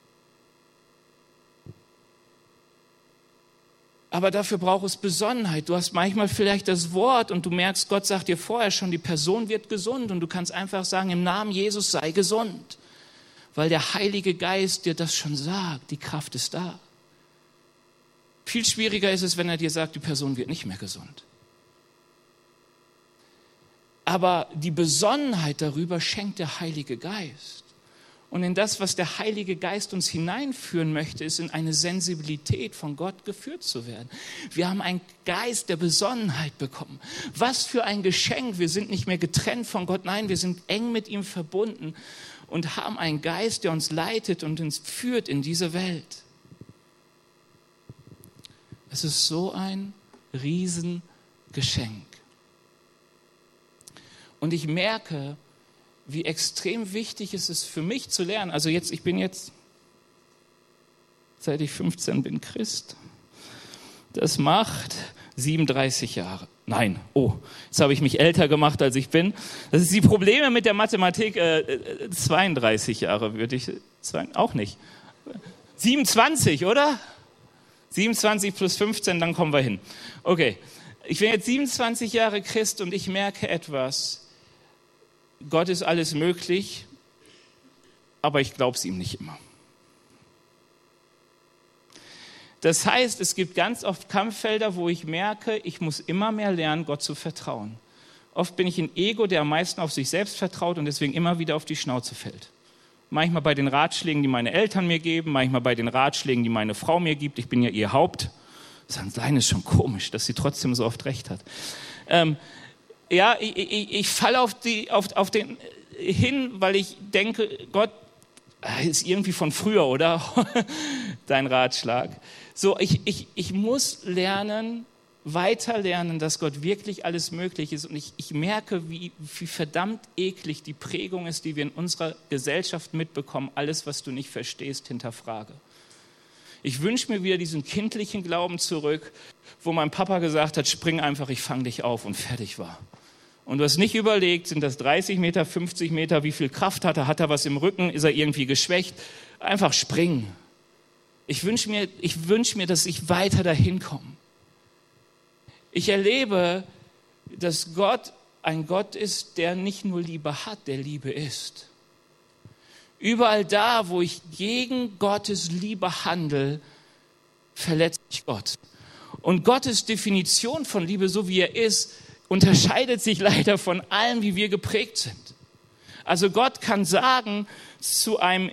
Aber dafür braucht es Besonnenheit. Du hast manchmal vielleicht das Wort und du merkst, Gott sagt dir vorher schon, die Person wird gesund und du kannst einfach sagen, im Namen Jesus sei gesund. Weil der Heilige Geist dir das schon sagt, die Kraft ist da. Viel schwieriger ist es, wenn er dir sagt, die Person wird nicht mehr gesund. Aber die Besonnenheit darüber schenkt der Heilige Geist. Und in das, was der Heilige Geist uns hineinführen möchte, ist in eine Sensibilität von Gott geführt zu werden. Wir haben einen Geist der Besonnenheit bekommen. Was für ein Geschenk. Wir sind nicht mehr getrennt von Gott. Nein, wir sind eng mit ihm verbunden und haben einen Geist, der uns leitet und uns führt in diese Welt. Es ist so ein Riesengeschenk. Und ich merke, wie extrem wichtig es ist für mich zu lernen. Also ich bin jetzt, seit ich 15 bin, Christ. Das macht 37 Jahre. Nein, jetzt habe ich mich älter gemacht, als ich bin. Das ist die Probleme mit der Mathematik. 32 Jahre würde ich sagen, auch nicht. 27, oder? 27 plus 15, dann kommen wir hin. Okay, ich bin jetzt 27 Jahre Christ und ich merke etwas. Gott ist alles möglich, aber ich glaube es ihm nicht immer. Das heißt, es gibt ganz oft Kampffelder, wo ich merke, ich muss immer mehr lernen, Gott zu vertrauen. Oft bin ich ein Ego, der am meisten auf sich selbst vertraut und deswegen immer wieder auf die Schnauze fällt. Manchmal bei den Ratschlägen, die meine Eltern mir geben, manchmal bei den Ratschlägen, die meine Frau mir gibt. Ich bin ja ihr Haupt. Das ist schon komisch, dass sie trotzdem so oft recht hat. Ich falle auf den hin, weil ich denke, Gott ist irgendwie von früher, oder? Dein Ratschlag. So, ich muss lernen, weiter lernen, dass Gott wirklich alles möglich ist. Und ich merke, wie verdammt eklig die Prägung ist, die wir in unserer Gesellschaft mitbekommen. Alles, was du nicht verstehst, hinterfrage. Ich wünsche mir wieder diesen kindlichen Glauben zurück, wo mein Papa gesagt hat, spring einfach, ich fange dich auf und fertig war. Und du hast nicht überlegt, sind das 30 Meter, 50 Meter, wie viel Kraft hat er was im Rücken, ist er irgendwie geschwächt? Einfach springen. Ich wünsche mir, dass ich weiter dahin komme. Ich erlebe, dass Gott ein Gott ist, der nicht nur Liebe hat, der Liebe ist. Überall da, wo ich gegen Gottes Liebe handle, verletze ich Gott. Und Gottes Definition von Liebe, so wie er ist, unterscheidet sich leider von allem, wie wir geprägt sind. Also Gott kann sagen zu einem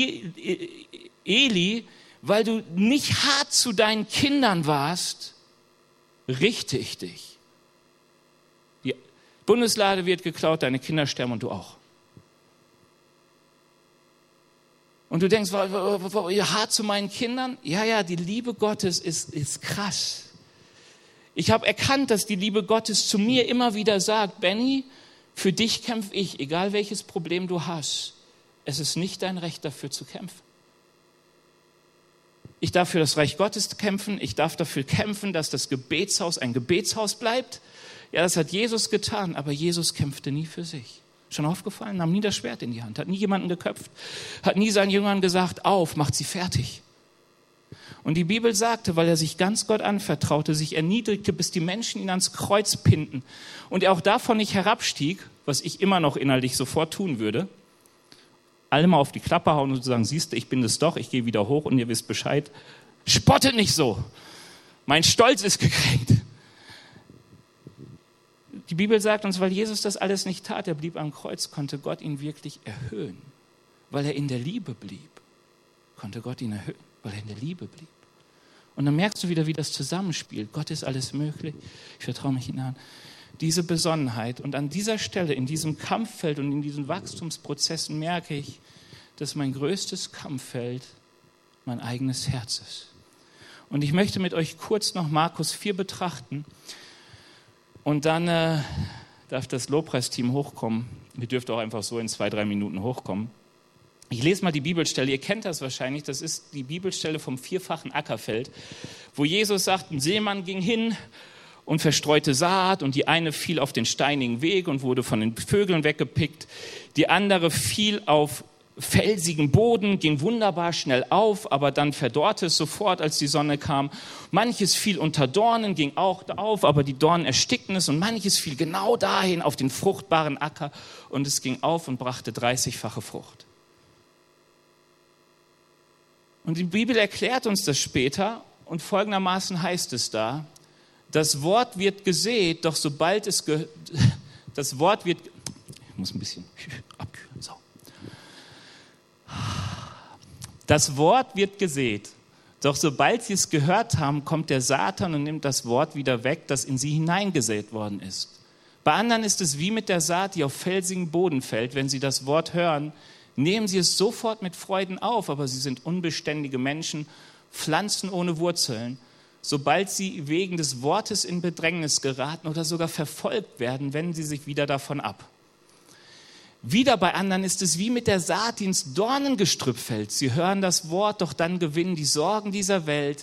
Eli, weil du nicht hart zu deinen Kindern warst, richte ich dich. Die Bundeslade wird geklaut, deine Kinder sterben und du auch. Und du denkst, hart zu meinen Kindern? Ja, die Liebe Gottes ist krass. Ich habe erkannt, dass die Liebe Gottes zu mir immer wieder sagt, Benny, für dich kämpfe ich, egal welches Problem du hast. Es ist nicht dein Recht, dafür zu kämpfen. Ich darf für das Reich Gottes kämpfen. Ich darf dafür kämpfen, dass das Gebetshaus ein Gebetshaus bleibt. Ja, das hat Jesus getan, aber Jesus kämpfte nie für sich. Schon aufgefallen? Nahm nie das Schwert in die Hand, hat nie jemanden geköpft, hat nie seinen Jüngern gesagt, macht sie fertig. Und die Bibel sagte, weil er sich ganz Gott anvertraute, sich erniedrigte, bis die Menschen ihn ans Kreuz pinnten und er auch davon nicht herabstieg, was ich immer noch innerlich sofort tun würde, alle mal auf die Klappe hauen und sagen, siehst du, ich bin es doch, ich gehe wieder hoch und ihr wisst Bescheid. Spottet nicht so. Mein Stolz ist gekränkt. Die Bibel sagt uns, weil Jesus das alles nicht tat, er blieb am Kreuz, konnte Gott ihn wirklich erhöhen. Weil er in der Liebe blieb, konnte Gott ihn erhöhen, weil er in der Liebe blieb. Und dann merkst du wieder, wie das zusammenspielt. Gott ist alles möglich. Ich vertraue mich ihm an. Diese Besonnenheit. Und an dieser Stelle, in diesem Kampffeld und in diesen Wachstumsprozessen merke ich, dass mein größtes Kampffeld mein eigenes Herz ist. Und ich möchte mit euch kurz noch Markus 4 betrachten. Und dann darf das Lobpreisteam hochkommen. Ihr dürft auch einfach so in 2-3 Minuten hochkommen. Ich lese mal die Bibelstelle, ihr kennt das wahrscheinlich, das ist die Bibelstelle vom 4-fachen Ackerfeld, wo Jesus sagt, ein Seemann ging hin und verstreute Saat und die eine fiel auf den steinigen Weg und wurde von den Vögeln weggepickt. Die andere fiel auf felsigen Boden, ging wunderbar schnell auf, aber dann verdorrte es sofort, als die Sonne kam. Manches fiel unter Dornen, ging auch auf, aber die Dornen erstickten es und manches fiel genau dahin auf den fruchtbaren Acker und es ging auf und brachte 30-fache Frucht. Und die Bibel erklärt uns das später und folgendermaßen heißt es da, das Wort wird gesät, doch sobald es das Wort wird, ich muss ein bisschen abkühlen, so. Das Wort wird gesät, doch sobald sie es gehört haben, kommt der Satan und nimmt das Wort wieder weg, das in sie hineingesät worden ist. Bei anderen ist es wie mit der Saat, die auf felsigen Boden fällt. Wenn sie das Wort hören, nehmen sie es sofort mit Freuden auf, aber sie sind unbeständige Menschen, Pflanzen ohne Wurzeln. Sobald sie wegen des Wortes in Bedrängnis geraten oder sogar verfolgt werden, wenden sie sich wieder davon ab. Wieder bei anderen ist es wie mit der Saat, die ins Dornengestrüpp fällt. Sie hören das Wort, doch dann gewinnen die Sorgen dieser Welt,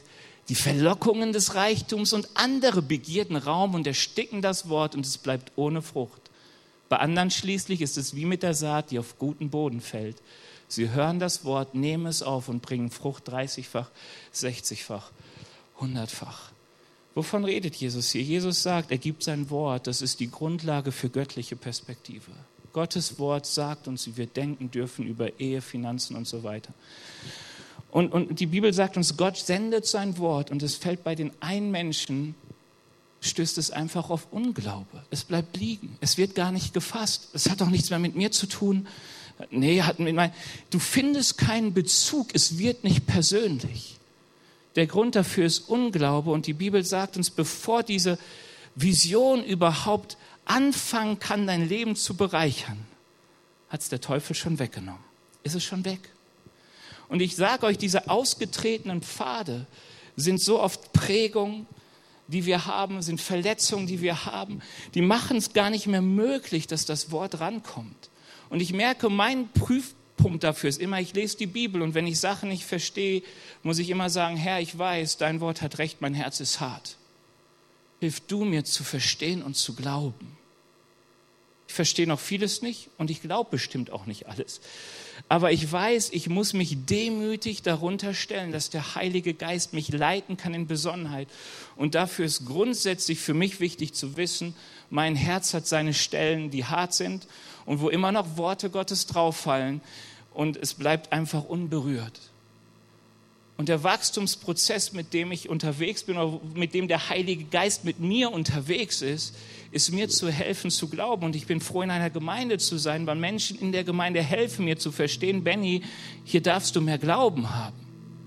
die Verlockungen des Reichtums und andere Begierden Raum und ersticken das Wort und es bleibt ohne Frucht. Bei anderen schließlich ist es wie mit der Saat, die auf guten Boden fällt. Sie hören das Wort, nehmen es auf und bringen Frucht 30-fach, 60-fach, 100-fach. Wovon redet Jesus hier? Jesus sagt, er gibt sein Wort, das ist die Grundlage für göttliche Perspektive. Gottes Wort sagt uns, wie wir denken dürfen über Ehe, Finanzen und so weiter. Und die Bibel sagt uns, Gott sendet sein Wort und es fällt bei den einen Menschen, stößt es einfach auf Unglaube. Es bleibt liegen. Es wird gar nicht gefasst. Es hat doch nichts mehr mit mir zu tun. Nee, du findest keinen Bezug. Es wird nicht persönlich. Der Grund dafür ist Unglaube und die Bibel sagt uns, bevor diese Vision überhaupt anfangen kann, dein Leben zu bereichern, hat es der Teufel schon weggenommen. Ist es schon weg. Und ich sage euch, diese ausgetretenen Pfade sind so oft Prägungen, die wir haben, sind Verletzungen, die wir haben. Die machen es gar nicht mehr möglich, dass das Wort rankommt. Und ich merke, mein Prüfpunkt dafür ist immer, ich lese die Bibel und wenn ich Sachen nicht verstehe, muss ich immer sagen, Herr, ich weiß, dein Wort hat recht, mein Herz ist hart. Hilf du mir zu verstehen und zu glauben. Ich verstehe noch vieles nicht und ich glaube bestimmt auch nicht alles. Aber ich weiß, ich muss mich demütig darunter stellen, dass der Heilige Geist mich leiten kann in Besonnenheit. Und dafür ist grundsätzlich für mich wichtig zu wissen, mein Herz hat seine Stellen, die hart sind und wo immer noch Worte Gottes drauffallen und es bleibt einfach unberührt. Und der Wachstumsprozess, mit dem ich unterwegs bin, oder mit dem der Heilige Geist mit mir unterwegs ist mir zu helfen, zu glauben. Und ich bin froh, in einer Gemeinde zu sein, weil Menschen in der Gemeinde helfen mir zu verstehen, Benny, hier darfst du mehr Glauben haben.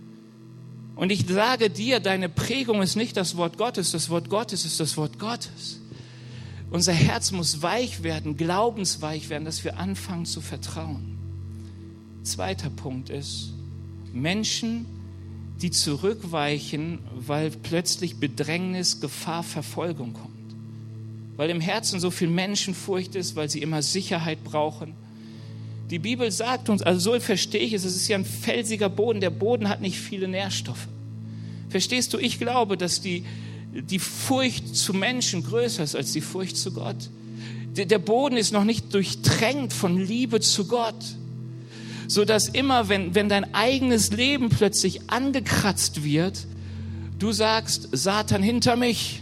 Und ich sage dir, deine Prägung ist nicht das Wort Gottes ist das Wort Gottes. Unser Herz muss weich werden, glaubensweich werden, dass wir anfangen zu vertrauen. Zweiter Punkt ist, Menschen, die zurückweichen, weil plötzlich Bedrängnis, Gefahr, Verfolgung kommt. Weil im Herzen so viel Menschenfurcht ist, weil sie immer Sicherheit brauchen. Die Bibel sagt uns, also so verstehe ich es, es ist ja ein felsiger Boden, der Boden hat nicht viele Nährstoffe. Verstehst du, ich glaube, dass die Furcht zu Menschen größer ist als die Furcht zu Gott. Der Boden ist noch nicht durchtränkt von Liebe zu Gott. Sodass immer, wenn dein eigenes Leben plötzlich angekratzt wird, du sagst, Satan hinter mich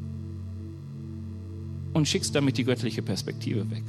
und schickst damit die göttliche Perspektive weg.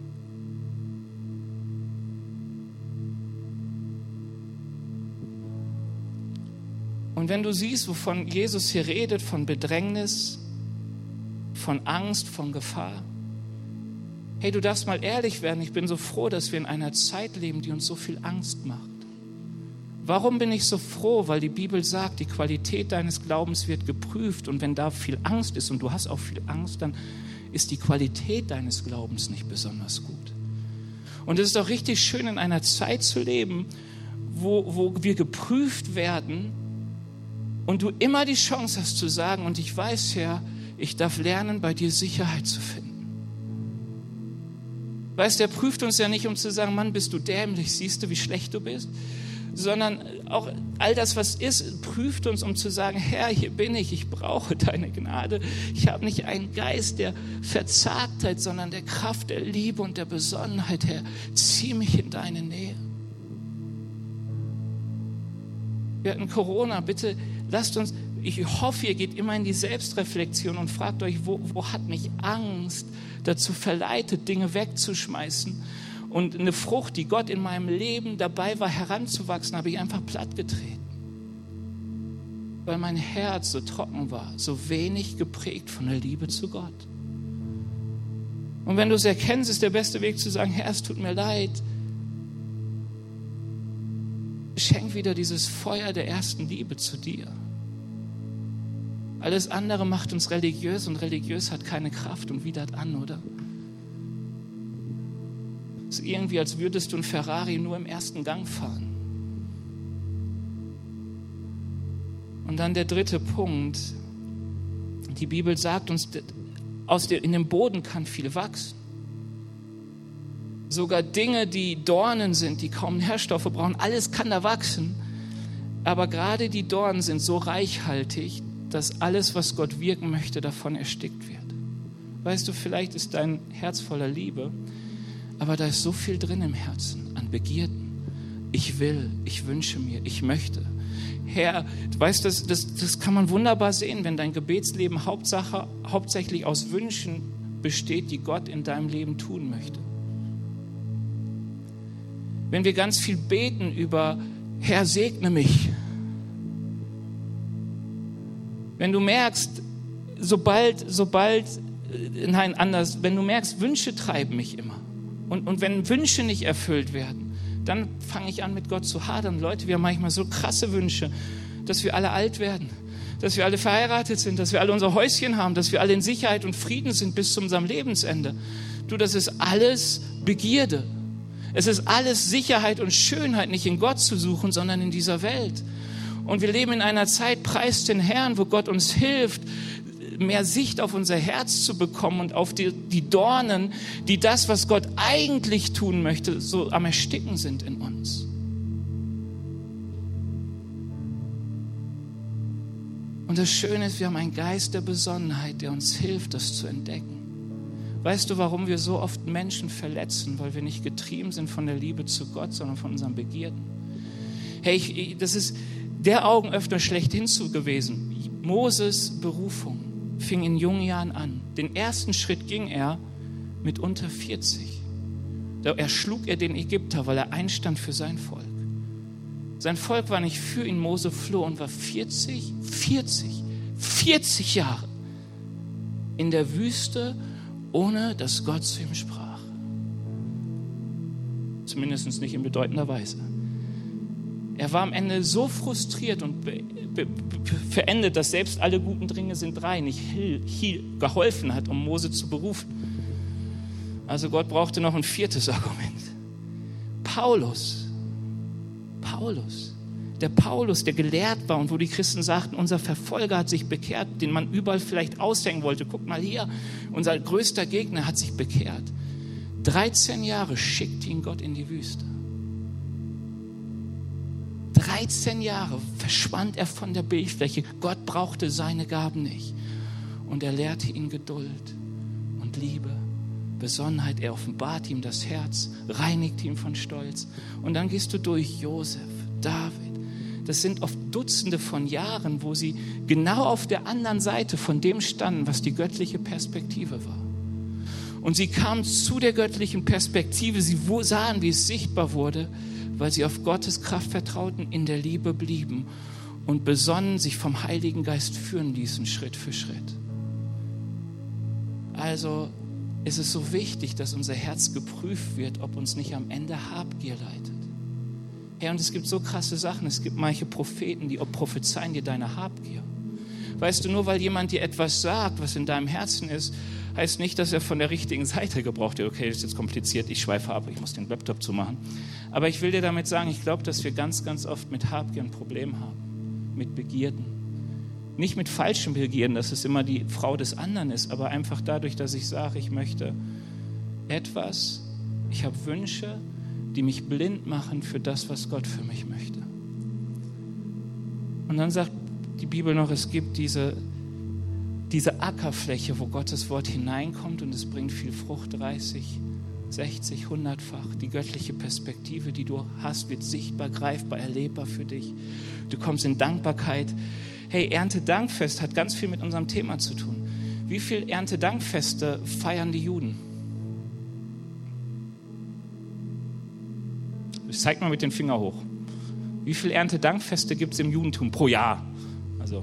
Und wenn du siehst, wovon Jesus hier redet, von Bedrängnis, von Angst, von Gefahr, hey, du darfst mal ehrlich werden, ich bin so froh, dass wir in einer Zeit leben, die uns so viel Angst macht. Warum bin ich so froh? Weil die Bibel sagt, die Qualität deines Glaubens wird geprüft und wenn da viel Angst ist und du hast auch viel Angst, dann ist die Qualität deines Glaubens nicht besonders gut. Und es ist auch richtig schön, in einer Zeit zu leben, wo wir geprüft werden und du immer die Chance hast zu sagen, und ich weiß, Herr, ich darf lernen, bei dir Sicherheit zu finden. Weißt du, er prüft uns ja nicht, um zu sagen, Mann, bist du dämlich, siehst du, wie schlecht du bist, sondern auch all das, was ist, prüft uns, um zu sagen, Herr, hier bin ich brauche deine Gnade. Ich habe nicht einen Geist der Verzagtheit, sondern der Kraft, der Liebe und der Besonnenheit, Herr. Zieh mich in deine Nähe. Wir hatten Corona, bitte lasst uns, ich hoffe, ihr geht immer in die Selbstreflexion und fragt euch, wo hat mich Angst dazu verleitet, Dinge wegzuschmeißen? Und eine Frucht, die Gott in meinem Leben dabei war, heranzuwachsen, habe ich einfach plattgetreten. Weil mein Herz so trocken war, so wenig geprägt von der Liebe zu Gott. Und wenn du es erkennst, ist der beste Weg zu sagen, Herr, es tut mir leid. Schenk wieder dieses Feuer der ersten Liebe zu dir. Alles andere macht uns religiös und religiös hat keine Kraft und widert an, oder? Es ist irgendwie, als würdest du ein Ferrari nur im ersten Gang fahren. Und dann der dritte Punkt. Die Bibel sagt uns, in dem Boden kann viel wachsen. Sogar Dinge, die Dornen sind, die kaum Nährstoffe brauchen, alles kann da wachsen. Aber gerade die Dornen sind so reichhaltig, dass alles, was Gott wirken möchte, davon erstickt wird. Weißt du, vielleicht ist dein Herz voller Liebe, aber da ist so viel drin im Herzen an Begierden. Ich will, ich wünsche mir, ich möchte. Herr, du weißt, das kann man wunderbar sehen, wenn dein Gebetsleben hauptsächlich aus Wünschen besteht, die Gott in deinem Leben tun möchte. Wenn wir ganz viel beten über Herr, segne mich. Wenn du merkst, wenn du merkst, Wünsche treiben mich immer. Und wenn Wünsche nicht erfüllt werden, dann fange ich an, mit Gott zu hadern. Leute, wir haben manchmal so krasse Wünsche, dass wir alle alt werden, dass wir alle verheiratet sind, dass wir alle unser Häuschen haben, dass wir alle in Sicherheit und Frieden sind bis zu unserem Lebensende. Du, das ist alles Begierde. Es ist alles Sicherheit und Schönheit, nicht in Gott zu suchen, sondern in dieser Welt. Und wir leben in einer Zeit, preist den Herrn, wo Gott uns hilft, mehr Sicht auf unser Herz zu bekommen und auf die Dornen, die das, was Gott eigentlich tun möchte, so am Ersticken sind in uns. Und das Schöne ist, wir haben einen Geist der Besonnenheit, der uns hilft, das zu entdecken. Weißt du, warum wir so oft Menschen verletzen? Weil wir nicht getrieben sind von der Liebe zu Gott, sondern von unseren Begierden. Hey, das ist der Augenöffner schlechthin gewesen. Moses' Berufung fing in jungen Jahren an. Den ersten Schritt ging er mit unter 40. Da erschlug er den Ägypter, weil er einstand für sein Volk. Sein Volk war nicht für ihn, Mose floh und war 40 Jahre in der Wüste, ohne dass Gott zu ihm sprach. Zumindest nicht in bedeutender Weise. Er war am Ende so frustriert und verendet, dass selbst alle guten Dinge sind drei nicht geholfen hat, um Mose zu berufen. Also Gott brauchte noch ein viertes Argument. Paulus, der gelehrt war und wo die Christen sagten, unser Verfolger hat sich bekehrt, den man überall vielleicht aushängen wollte. Guck mal hier, unser größter Gegner hat sich bekehrt. 13 Jahre schickte ihn Gott in die Wüste. 13 Jahre verschwand er von der Bildfläche. Gott brauchte seine Gaben nicht. Und er lehrte ihn Geduld und Liebe, Besonnenheit. Er offenbart ihm das Herz, reinigt ihn von Stolz. Und dann gehst du durch Josef, David. Das sind oft Dutzende von Jahren, wo sie genau auf der anderen Seite von dem standen, was die göttliche Perspektive war. Und sie kamen zu der göttlichen Perspektive. Sie sahen, wie es sichtbar wurde, weil sie auf Gottes Kraft vertrauten, in der Liebe blieben und besonnen sich vom Heiligen Geist führen ließen, Schritt für Schritt. Also ist es so wichtig, dass unser Herz geprüft wird, ob uns nicht am Ende Habgier leitet. Herr, und es gibt so krasse Sachen. Es gibt manche Propheten, die prophezeien dir deine Habgier. Weißt du, nur weil jemand dir etwas sagt, was in deinem Herzen ist, heißt nicht, dass er von der richtigen Seite gebraucht wird. Okay, das ist jetzt kompliziert, ich schweife ab, ich muss den Laptop zumachen. Aber ich will dir damit sagen, ich glaube, dass wir ganz, ganz oft mit Habgier ein Problem haben. Mit Begierden. Nicht mit falschen Begierden, dass es immer die Frau des anderen ist, aber einfach dadurch, dass ich sage, ich möchte etwas, ich habe Wünsche, die mich blind machen für das, was Gott für mich möchte. Und dann sagt die Bibel noch, es gibt diese Ackerfläche, wo Gottes Wort hineinkommt und es bringt viel Frucht, 30, 60, 100-fach. Die göttliche Perspektive, die du hast, wird sichtbar, greifbar, erlebbar für dich. Du kommst in Dankbarkeit. Hey, Erntedankfest hat ganz viel mit unserem Thema zu tun. Wie viele Erntedankfeste feiern die Juden? Zeig mal mit den Finger hoch. Wie viele Erntedankfeste gibt es im Judentum pro Jahr? Also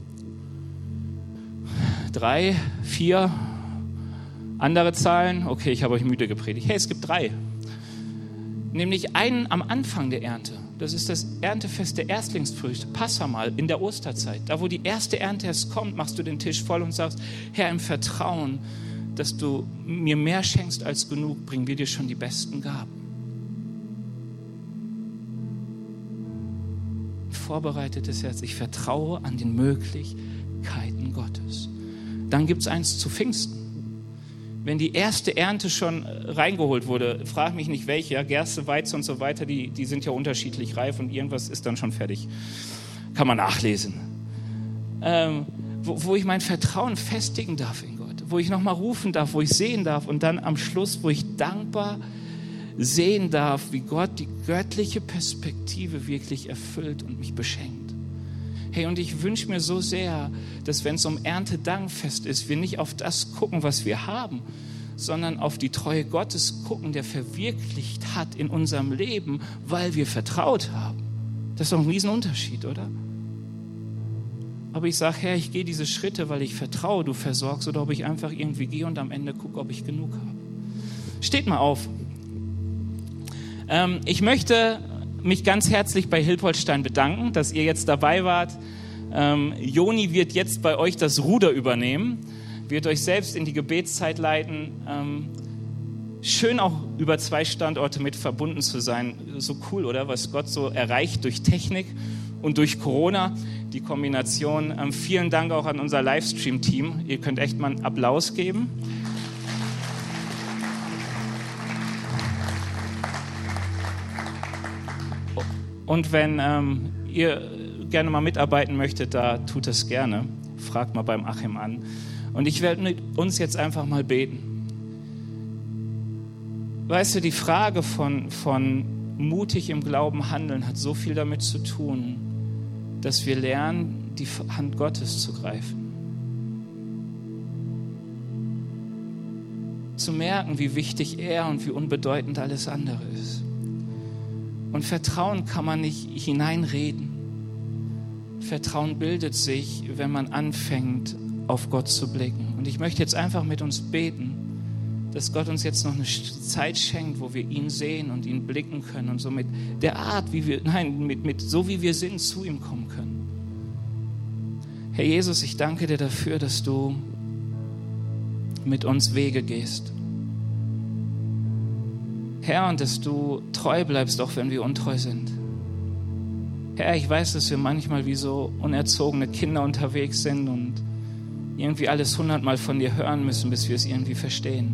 3, 4, andere Zahlen. Okay, ich habe euch müde gepredigt. Hey, es gibt 3. Nämlich einen am Anfang der Ernte. Das ist das Erntefest der Erstlingsfrüchte, Passamal, in der Osterzeit. Da, wo die erste Ernte erst kommt, machst du den Tisch voll und sagst, Herr, im Vertrauen, dass du mir mehr schenkst als genug, bringen wir dir schon die besten Gaben. Vorbereitetes Herz, ich vertraue an den Möglichkeiten Gottes. Dann gibt es eins zu Pfingsten. wenn die erste Ernte schon reingeholt wurde, frag mich nicht welche, ja, Gerste, Weizen und so weiter, die sind ja unterschiedlich reif und irgendwas ist dann schon fertig. Kann man nachlesen. Wo ich mein Vertrauen festigen darf in Gott, wo ich nochmal rufen darf, wo ich sehen darf und dann am Schluss, wo ich dankbar sehen darf, wie Gott die göttliche Perspektive wirklich erfüllt und mich beschenkt. Hey, und ich wünsche mir so sehr, dass wenn es um Erntedankfest ist, wir nicht auf das gucken, was wir haben, sondern auf die Treue Gottes gucken, der verwirklicht hat in unserem Leben, weil wir vertraut haben. Das ist doch ein Riesenunterschied, oder? Aber ich sage, Herr, ich gehe diese Schritte, weil ich vertraue, du versorgst, oder ob ich einfach irgendwie gehe und am Ende gucke, ob ich genug habe. Steht mal auf. Ich möchte mich ganz herzlich bei Hilpoltstein bedanken, dass ihr jetzt dabei wart. Joni wird jetzt bei euch das Ruder übernehmen, wird euch selbst in die Gebetszeit leiten. Schön auch über 2 Standorte mit verbunden zu sein. So cool, oder? Was Gott so erreicht durch Technik und durch Corona, die Kombination. Vielen Dank auch an unser Livestream-Team. Ihr könnt echt mal einen Applaus geben. Und wenn ihr gerne mal mitarbeiten möchtet, da tut es gerne. Fragt mal beim Achim an. Und ich werde mit uns jetzt einfach mal beten. Weißt du, die Frage von mutig im Glauben handeln hat so viel damit zu tun, dass wir lernen, die Hand Gottes zu greifen. Zu merken, wie wichtig er und wie unbedeutend alles andere ist. Und Vertrauen kann man nicht hineinreden. Vertrauen bildet sich, wenn man anfängt, auf Gott zu blicken. Und ich möchte jetzt einfach mit uns beten, dass Gott uns jetzt noch eine Zeit schenkt, wo wir ihn sehen und ihn blicken können und so mit der Art, so wie wir sind, zu ihm kommen können. Herr Jesus, ich danke dir dafür, dass du mit uns Wege gehst. Herr, und dass du treu bleibst, auch wenn wir untreu sind. Herr, ich weiß, dass wir manchmal wie so unerzogene Kinder unterwegs sind und irgendwie alles 100-mal von dir hören müssen, bis wir es irgendwie verstehen.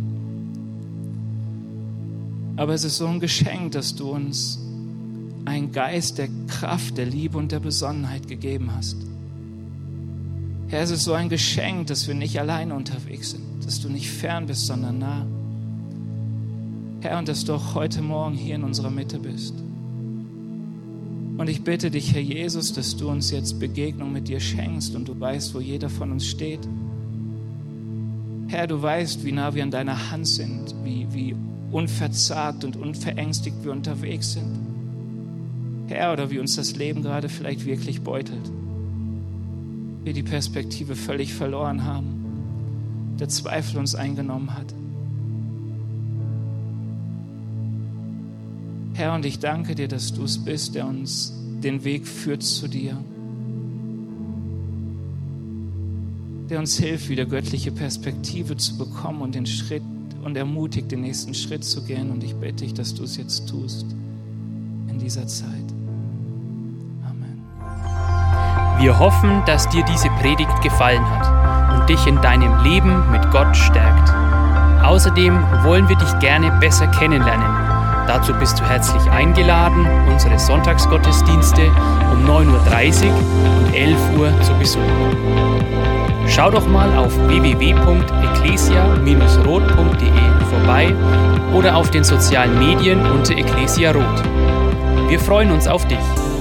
Aber es ist so ein Geschenk, dass du uns einen Geist der Kraft, der Liebe und der Besonnenheit gegeben hast. Herr, es ist so ein Geschenk, dass wir nicht alleine unterwegs sind, dass du nicht fern bist, sondern nah. Herr, und dass du auch heute Morgen hier in unserer Mitte bist. Und ich bitte dich, Herr Jesus, dass du uns jetzt Begegnung mit dir schenkst und du weißt, wo jeder von uns steht. Herr, du weißt, wie nah wir an deiner Hand sind, wie unverzagt und unverängstigt wir unterwegs sind. Herr, oder wie uns das Leben gerade vielleicht wirklich beutelt. Wir die Perspektive völlig verloren haben, der Zweifel uns eingenommen hat. Herr, und ich danke dir, dass du es bist, der uns den Weg führt zu dir. Der uns hilft, wieder göttliche Perspektive zu bekommen und den Schritt und ermutigt, den nächsten Schritt zu gehen. Und ich bitte dich, dass du es jetzt tust in dieser Zeit. Amen. Wir hoffen, dass dir diese Predigt gefallen hat und dich in deinem Leben mit Gott stärkt. Außerdem wollen wir dich gerne besser kennenlernen. Dazu bist du herzlich eingeladen, unsere Sonntagsgottesdienste um 9:30 Uhr und 11 Uhr zu besuchen. Schau doch mal auf www.ecclesia-rot.de vorbei oder auf den sozialen Medien unter Ecclesia Rot. Wir freuen uns auf dich.